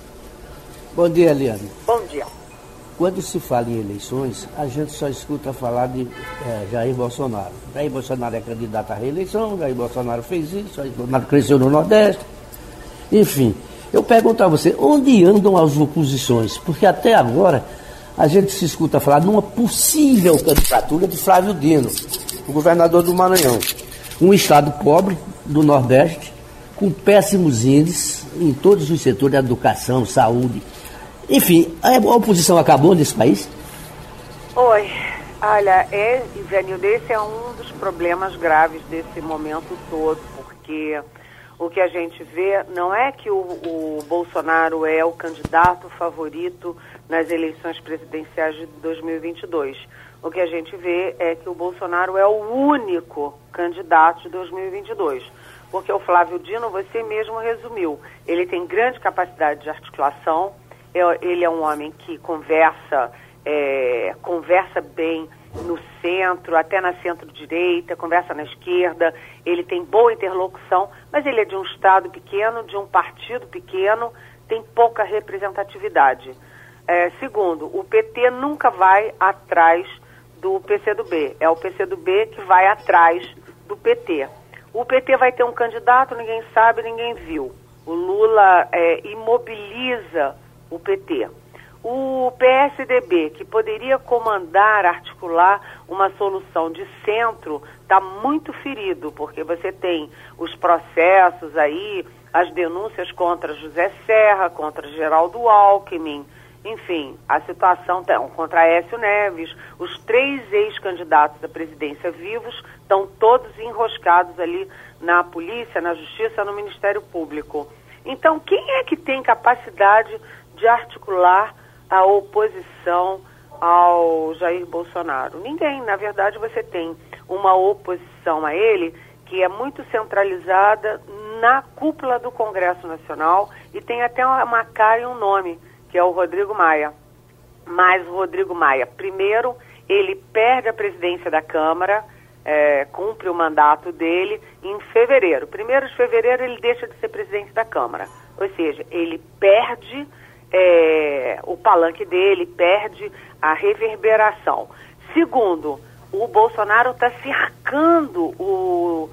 [SPEAKER 3] Bom dia, Eliane.
[SPEAKER 8] Bom dia.
[SPEAKER 3] Quando se fala em eleições, a gente só escuta falar de é, Jair Bolsonaro. Jair Bolsonaro é candidato à reeleição, Jair Bolsonaro fez isso, Jair Bolsonaro cresceu no Nordeste. Enfim, eu pergunto a você, onde andam as oposições? Porque até agora a gente se escuta falar numa possível candidatura de Flávio Dino, o governador do Maranhão. Um estado pobre do Nordeste, com péssimos índices em todos os setores, educação, saúde. Enfim, a oposição acabou nesse país?
[SPEAKER 8] Oi, olha, é, Ivanildo, esse é um dos problemas graves desse momento todo, porque o que a gente vê não é que o, o Bolsonaro é o candidato favorito nas eleições presidenciais de dois mil e vinte e dois. O que a gente vê é que o Bolsonaro é o único candidato de dois mil e vinte e dois, porque o Flávio Dino, você mesmo resumiu, ele tem grande capacidade de articulação. Ele é um homem que conversa, é, conversa bem no centro, até na centro-direita, conversa na esquerda, ele tem boa interlocução, mas ele é de um estado pequeno, de um partido pequeno, tem pouca representatividade. É, segundo, o P T nunca vai atrás do P C do B, é o P C do B que vai atrás do P T. O P T vai ter um candidato, ninguém sabe, ninguém viu. O Lula é, imobiliza o P T. O P S D B, que poderia comandar, articular uma solução de centro, está muito ferido, porque você tem os processos aí, as denúncias contra José Serra, contra Geraldo Alckmin, enfim, a situação tá, contra Aécio Neves, os três ex-candidatos à presidência vivos estão todos enroscados ali na polícia, na justiça, no Ministério Público. Então, quem é que tem capacidade de articular a oposição ao Jair Bolsonaro? Ninguém. Na verdade, você tem uma oposição a ele que é muito centralizada na cúpula do Congresso Nacional e tem até uma cara e um nome, que é o Rodrigo Maia, mas o Rodrigo Maia, primeiro, ele perde a presidência da Câmara, é, cumpre o mandato dele em fevereiro. Primeiro de fevereiro ele deixa de ser presidente da Câmara, ou seja, ele perde é, o palanque dele, perde a reverberação. Segundo, o Bolsonaro está cercando o,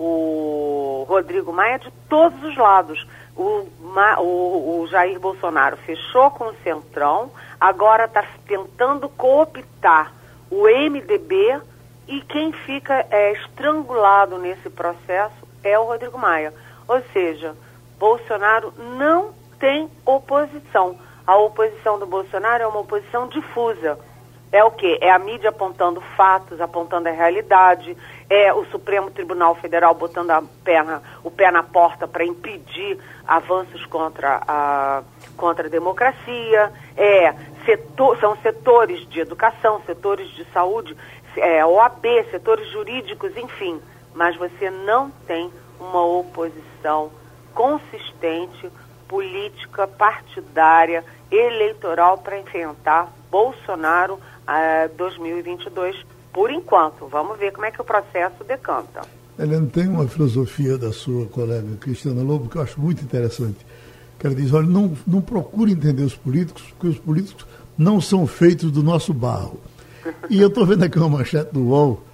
[SPEAKER 8] o Rodrigo Maia de todos os lados. O, o, o Jair Bolsonaro fechou com o Centrão, agora está tentando cooptar o M D B, e quem fica é, estrangulado nesse processo é o Rodrigo Maia. Ou seja, Bolsonaro não tem oposição. A oposição do Bolsonaro é uma oposição difusa. É o quê? É a mídia apontando fatos, apontando a realidade, é o Supremo Tribunal Federal botando a perna, o pé na porta para impedir avanços contra a, contra a democracia, é, setor, são setores de educação, setores de saúde, é, O A B, setores jurídicos, enfim. Mas você não tem uma oposição consistente, política, partidária, eleitoral para enfrentar Bolsonaro uh, dois mil e vinte e dois, por enquanto. Vamos ver como é que o processo decanta.
[SPEAKER 2] Helena, tem uma filosofia da sua colega Cristiana Lobo que eu acho muito interessante. Que ela diz, olha, não, não procure entender os políticos, porque os políticos não são feitos do nosso barro. E eu estou vendo aqui uma manchete do U O L,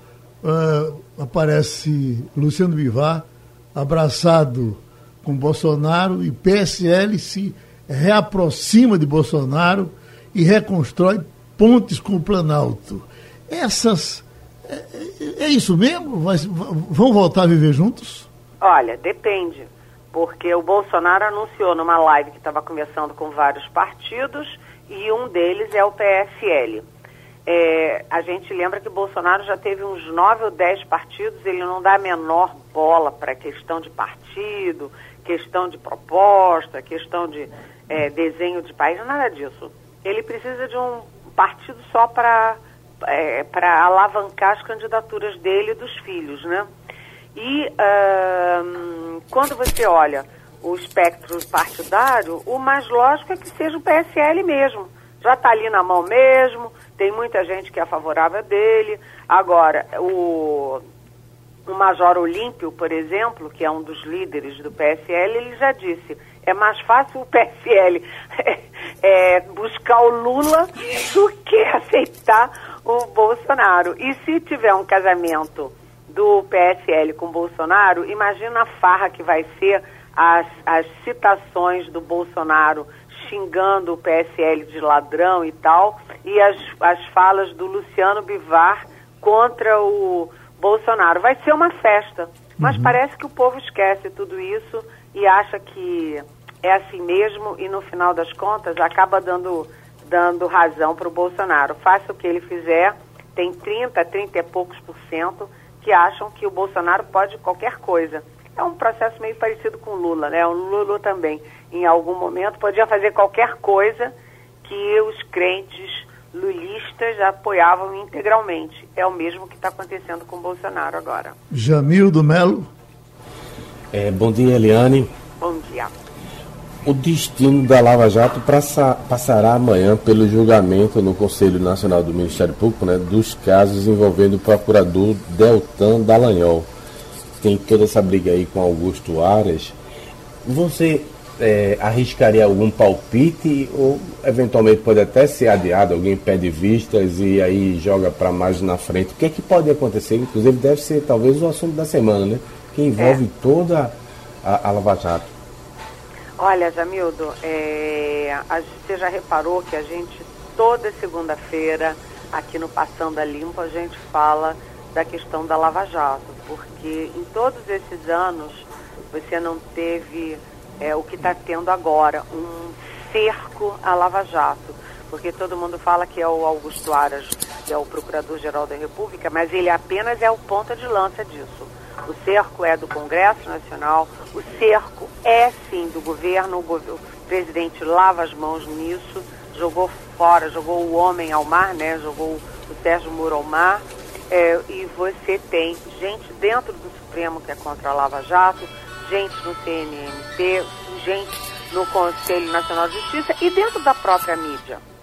[SPEAKER 2] uh, aparece Luciano Bivar abraçado com Bolsonaro e P S L se reaproxima de Bolsonaro e reconstrói pontes com o Planalto. Essas... É, é isso mesmo? Vai, vão voltar a viver juntos?
[SPEAKER 8] Olha, depende. Porque o Bolsonaro anunciou numa live que estava conversando com vários partidos e um deles é o P S L. É, a gente lembra que o Bolsonaro já teve uns nove ou dez partidos, ele não dá a menor bola para questão de partido, questão de proposta, questão de é, desenho de país, nada disso. Ele precisa de um partido só para é, para alavancar as candidaturas dele e dos filhos, né? E uh, quando você olha o espectro partidário, o mais lógico é que seja o P S L mesmo. Já está ali na mão mesmo, tem muita gente que é favorável dele. Agora, o, o Major Olímpio, por exemplo, que é um dos líderes do P S L, ele já disse, é mais fácil o P S L é, buscar o Lula do que aceitar o Bolsonaro. E se tiver um casamento do P S L com Bolsonaro, imagina a farra que vai ser as, as citações do Bolsonaro xingando o P S L de ladrão e tal, e as, as falas do Luciano Bivar contra o Bolsonaro. Vai ser uma festa, mas uhum. parece que o povo esquece tudo isso e acha que é assim mesmo e no final das contas acaba dando, dando razão para o Bolsonaro. Faça o que ele fizer, tem trinta, trinta e poucos por cento que acham que o Bolsonaro pode qualquer coisa. É um processo meio parecido com o Lula, né? O Lula também, em algum momento, podia fazer qualquer coisa que os crentes lulistas apoiavam integralmente. É o mesmo que está acontecendo com o Bolsonaro agora.
[SPEAKER 2] Jamildo Melo.
[SPEAKER 5] É, bom dia, Eliane.
[SPEAKER 8] Bom dia.
[SPEAKER 5] O destino da Lava Jato passa, passará amanhã pelo julgamento no Conselho Nacional do Ministério Público, né, dos casos envolvendo o procurador Deltan Dallagnol. Tem toda essa briga aí com Augusto Aras. Você é, arriscaria algum palpite ou eventualmente pode até ser adiado, alguém pede vistas e aí joga para mais na frente? O que é que pode acontecer? Inclusive deve ser talvez o assunto da semana, né? Que envolve é. toda a, a Lava Jato.
[SPEAKER 8] Olha, Jamildo, é, a, você já reparou que a gente toda segunda-feira aqui no Passando a Limpo a gente fala da questão da Lava Jato, porque em todos esses anos você não teve é, o que está tendo agora, um cerco à Lava Jato, porque todo mundo fala que é o Augusto Aras, que é o Procurador-Geral da República, mas ele apenas é o ponta de lança disso. O cerco é do Congresso Nacional, o cerco é sim do governo, o, gov- o presidente lava as mãos nisso, jogou fora, jogou o homem ao mar, né? Jogou o Sérgio Moro ao mar. É, e você tem gente dentro do Supremo que é contra a Lava Jato, gente no C N M P, gente no Conselho Nacional de Justiça e dentro da própria mídia.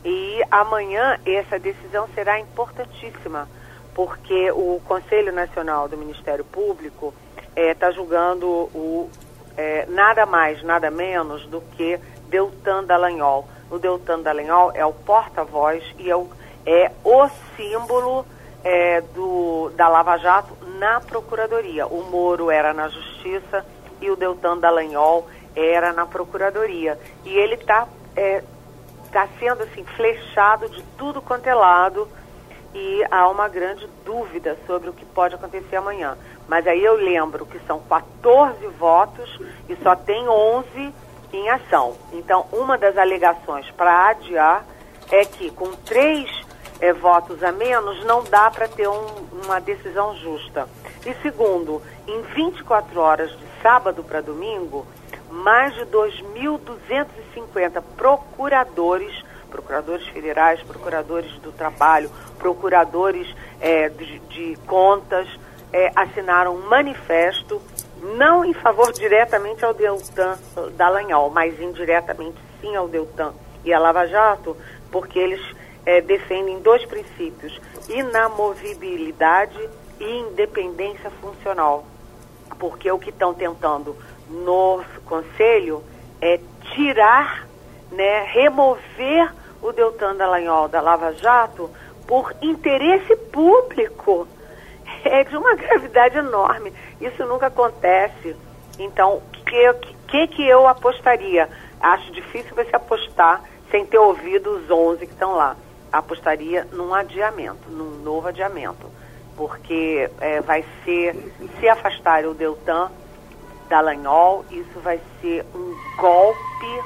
[SPEAKER 8] E amanhã essa decisão será importantíssima, porque o Conselho Nacional do Ministério Público está julgando o, é, nada mais, nada menos do que Deltan Dallagnol. O Deltan Dallagnol é o porta-voz e é o, é o símbolo é, do, da Lava Jato na Procuradoria. O Moro era na Justiça e o Deltan Dallagnol era na Procuradoria. E ele está é, tá sendo assim, flechado de tudo quanto é lado, e há uma grande dúvida sobre o que pode acontecer amanhã. Mas aí eu lembro que são quatorze votos e só tem onze em ação. Então, uma das alegações para adiar é que com três é, votos a menos não dá para ter um, uma decisão justa. E segundo, em vinte e quatro horas de sábado para domingo, mais de dois mil duzentos e cinquenta procuradores, procuradores federais, procuradores do trabalho, procuradores é, de, de contas, é, assinaram um manifesto, não em favor diretamente ao Deltan Dallagnol, mas indiretamente sim ao Deltan e à Lava Jato, porque eles é, defendem dois princípios: inamovibilidade e independência funcional. Porque o que estão tentando no Conselho é tirar, né, remover o Deltan Dallagnol da Lava Jato por interesse público. É de uma gravidade enorme. Isso nunca acontece. Então, o que, que, que eu apostaria? Acho difícil você apostar sem ter ouvido os onze que estão lá. Apostaria num adiamento, num novo adiamento. Porque é, vai ser, se afastar o Deltan Dallagnol, isso vai ser um golpe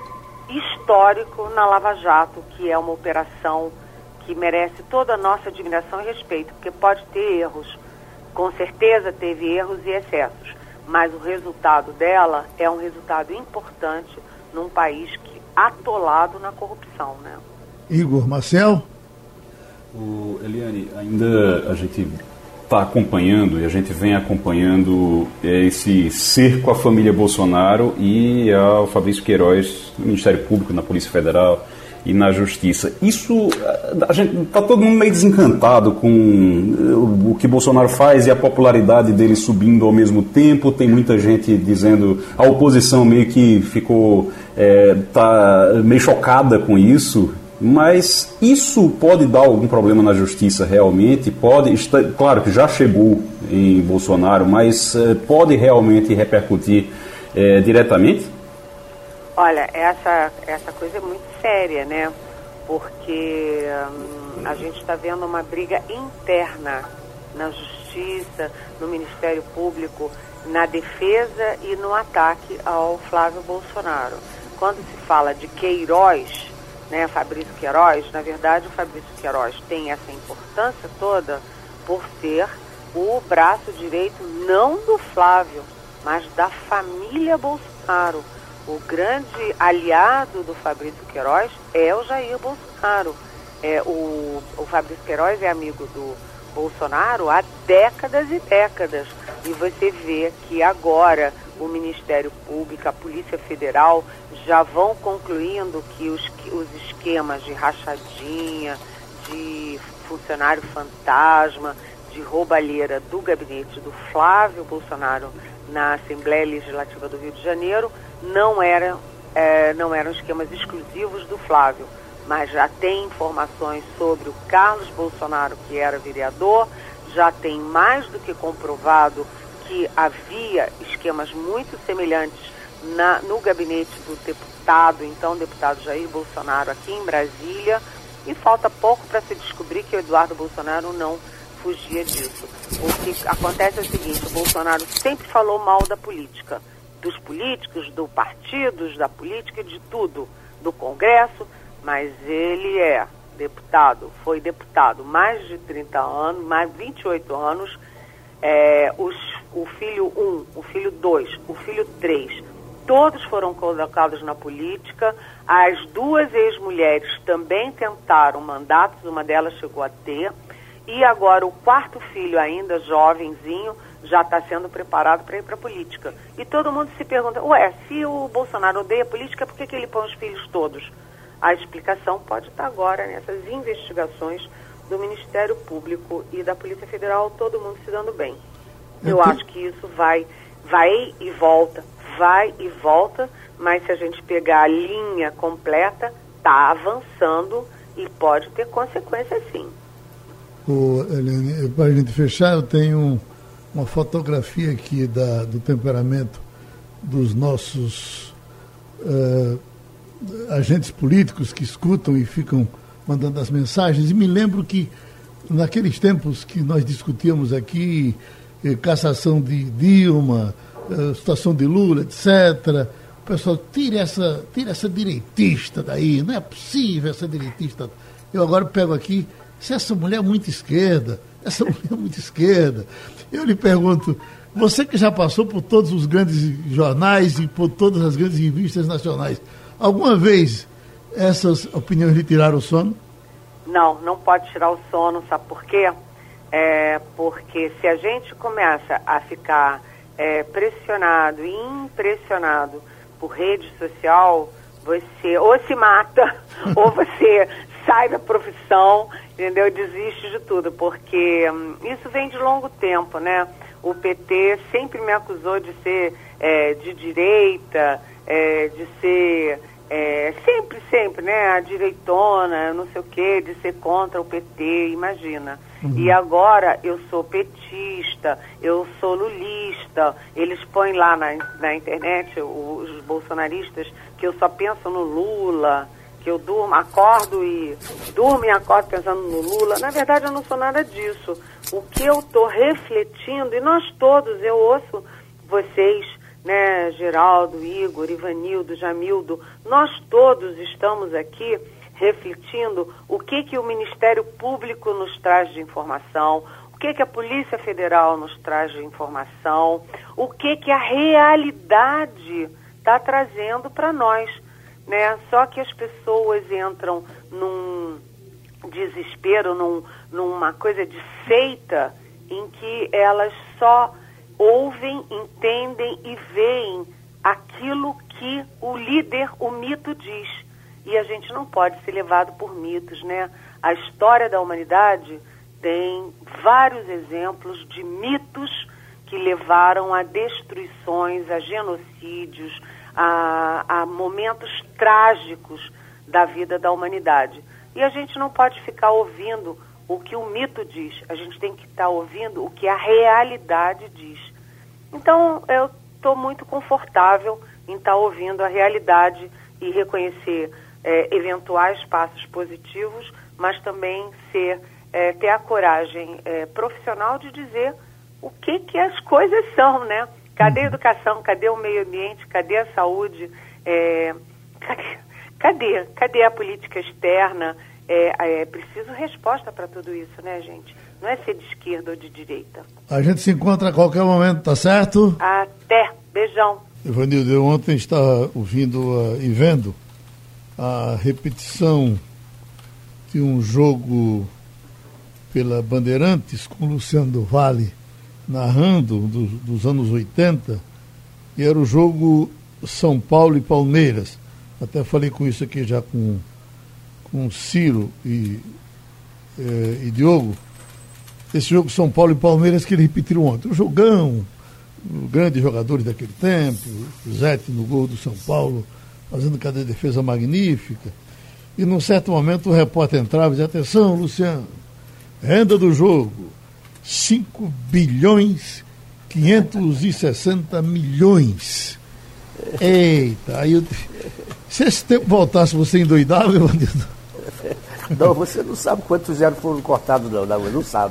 [SPEAKER 8] histórico na Lava Jato, que é uma operação que merece toda a nossa admiração e respeito, porque pode ter erros, com certeza teve erros e excessos, mas o resultado dela é um resultado importante num país que atolado na corrupção, né?
[SPEAKER 2] Igor Marcel?
[SPEAKER 4] O Eliane, ainda a gente está acompanhando e a gente vem acompanhando esse cerco à família Bolsonaro e ao Fabrício Queiroz no Ministério Público, na Polícia Federal e na Justiça. Isso, a gente está todo mundo meio desencantado com o que Bolsonaro faz e a popularidade dele subindo ao mesmo tempo. Tem muita gente dizendo, a oposição meio que ficou, é, tá meio chocada com isso. Mas isso pode dar algum problema na Justiça realmente? Pode, está, claro que já chegou em Bolsonaro, mas é, pode realmente repercutir é, diretamente?
[SPEAKER 8] Olha, essa, essa coisa é muito séria, né? Porque hum, a gente está vendo uma briga interna na Justiça, no Ministério Público, na defesa e no ataque ao Flávio Bolsonaro. Quando se fala de Queiroz, né, Fabrício Queiroz, na verdade o Fabrício Queiroz tem essa importância toda por ser o braço direito não do Flávio, mas da família Bolsonaro. O grande aliado do Fabrício Queiroz é o Jair Bolsonaro. É, o, o Fabrício Queiroz é amigo do Bolsonaro há décadas e décadas. E você vê que agora o Ministério Público, a Polícia Federal já vão concluindo que os, que os esquemas de rachadinha, de funcionário fantasma, de roubalheira do gabinete do Flávio Bolsonaro na Assembleia Legislativa do Rio de Janeiro não eram, é, não eram esquemas exclusivos do Flávio, mas já tem informações sobre o Carlos Bolsonaro, que era vereador, já tem mais do que comprovado que havia esquemas muito semelhantes na, no gabinete do deputado, então deputado Jair Bolsonaro, aqui em Brasília, e falta pouco para se descobrir que o Eduardo Bolsonaro não fugia disso. O que acontece é o seguinte: o Bolsonaro sempre falou mal da política, dos políticos, do partidos, da política, de tudo, do Congresso, mas ele é deputado, foi deputado mais de trinta anos, mais de vinte e oito anos, é, os, o filho um, o filho dois, o filho três, todos foram colocados na política. As duas ex-mulheres também tentaram mandatos, uma delas chegou a ter, e agora o quarto filho, ainda jovenzinho, já está sendo preparado para ir para a política. E todo mundo se pergunta, ué, se o Bolsonaro odeia a política, por que, que ele põe os filhos todos? a explicação pode estar agora nessas investigações do Ministério Público e da Polícia Federal, todo mundo se dando bem. Eu acho que isso vai, vai e volta, vai e volta, mas se a gente pegar a linha completa, está avançando e pode ter consequências sim.
[SPEAKER 2] Ô, Eliane, para a gente fechar, eu tenho uma fotografia aqui da, do temperamento dos nossos uh, agentes políticos que escutam e ficam mandando as mensagens, e me lembro que naqueles tempos que nós discutíamos aqui, eh, cassação de Dilma, eh, situação de Lula, etcétera, o pessoal, tira essa, tira essa direitista daí, não é possível essa direitista. Eu agora pego aqui, se essa mulher é muito esquerda, essa mulher é muito esquerda. Eu lhe pergunto, você que já passou por todos os grandes jornais e por todas as grandes revistas nacionais, alguma vez essas opiniões lhe tiraram o sono?
[SPEAKER 8] Não, não pode tirar o sono, sabe por quê? É porque se a gente começa a ficar é, pressionado e impressionado por rede social, você ou se mata, ou você sai da profissão, entendeu? Desiste de tudo, porque hum, isso vem de longo tempo, né? O P T sempre me acusou de ser é, de direita, é, de ser... É, sempre, sempre, né, a direitona, não sei o quê, de ser contra o P T, imagina. Uhum. E agora eu sou petista, eu sou lulista, eles põem lá na, na internet, os bolsonaristas, que eu só penso no Lula, que eu durmo, acordo e durmo e acordo pensando no Lula. Na verdade eu não sou nada disso. O que eu estou refletindo, e nós todos, eu ouço vocês, né, Geraldo, Igor, Ivanildo, Jamildo, nós todos estamos aqui refletindo o que que o Ministério Público nos traz de informação, o que que a Polícia Federal nos traz de informação, o que que a realidade está trazendo para nós, né? Só que as pessoas entram num desespero, num, numa coisa de seita, em que elas só ouvem, entendem e veem aquilo que o líder, o mito diz. E a gente não pode ser levado por mitos, né? A história da humanidade tem vários exemplos de mitos que levaram a destruições, a genocídios, a, a momentos trágicos da vida da humanidade. E a gente não pode ficar ouvindo o que o mito diz, a gente tem que estar ouvindo o que a realidade diz. Então, eu estou muito confortável em estar ouvindo a realidade e reconhecer é, eventuais passos positivos, mas também ser, é, ter a coragem é, profissional de dizer o que, que as coisas são, né? Cadê a educação? Cadê o meio ambiente? Cadê a saúde? É, cadê, cadê? Cadê a política externa? É, é preciso resposta para tudo isso, né, gente? Não é ser de esquerda ou de direita.
[SPEAKER 2] A gente se encontra a qualquer momento, tá certo?
[SPEAKER 8] Até. Beijão.
[SPEAKER 2] Ivanildo, eu ontem estava ouvindo uh, e vendo a repetição de um jogo pela Bandeirantes com Luciano do Vale narrando do, dos anos oitenta, e era o jogo São Paulo e Palmeiras. Até falei com isso aqui já com com Ciro e, eh, e Diogo, esse jogo São Paulo e Palmeiras que ele repetiram ontem. Um jogão, grandes jogadores daquele tempo, Zete no gol do São Paulo, fazendo cada defesa magnífica. E num certo momento o repórter entrava e dizia: atenção, Luciano, renda do jogo, cinco bilhões quinhentos e sessenta milhões. Eita, aí eu... Se esse tempo voltasse, você endoidava, Ivanildo?
[SPEAKER 3] Não, você não sabe quantos zeros foram cortados, não, não, não sabe.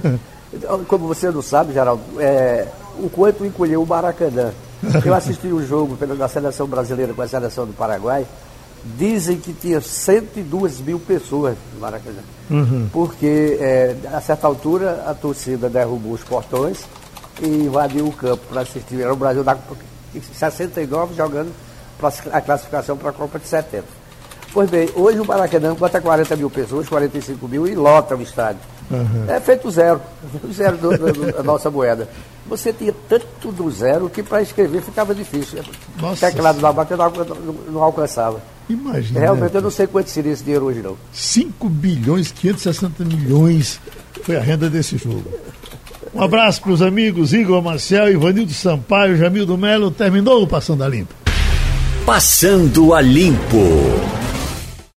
[SPEAKER 3] Como você não sabe, Geraldo, é, o quanto encolheu o Maracanã. Eu assisti um jogo da seleção brasileira com a seleção do Paraguai, dizem que tinha cento e duas mil pessoas no Maracanã. Uhum. Porque, é, a certa altura, a torcida derrubou os portões e invadiu o campo para assistir. Era o Brasil da sessenta e nove jogando a classificação para a Copa de setenta. Pois bem, hoje o Maracanã bota quarenta mil pessoas, quarenta e cinco mil, e lota o estádio. Uhum. É feito zero, zero do, do, do, da nossa moeda. Você tinha tanto do zero que para escrever ficava difícil. O teclado da máquina não, não, não alcançava.
[SPEAKER 2] Imagina.
[SPEAKER 3] Realmente né? Eu não sei quanto seria esse dinheiro hoje, não.
[SPEAKER 2] cinco bilhões, quinhentos e sessenta milhões foi a renda desse jogo. Um abraço para os amigos Igor Maciel, Ivanildo Sampaio, Jamildo Melo. Terminou o Passando a Limpo.
[SPEAKER 1] Passando a Limpo.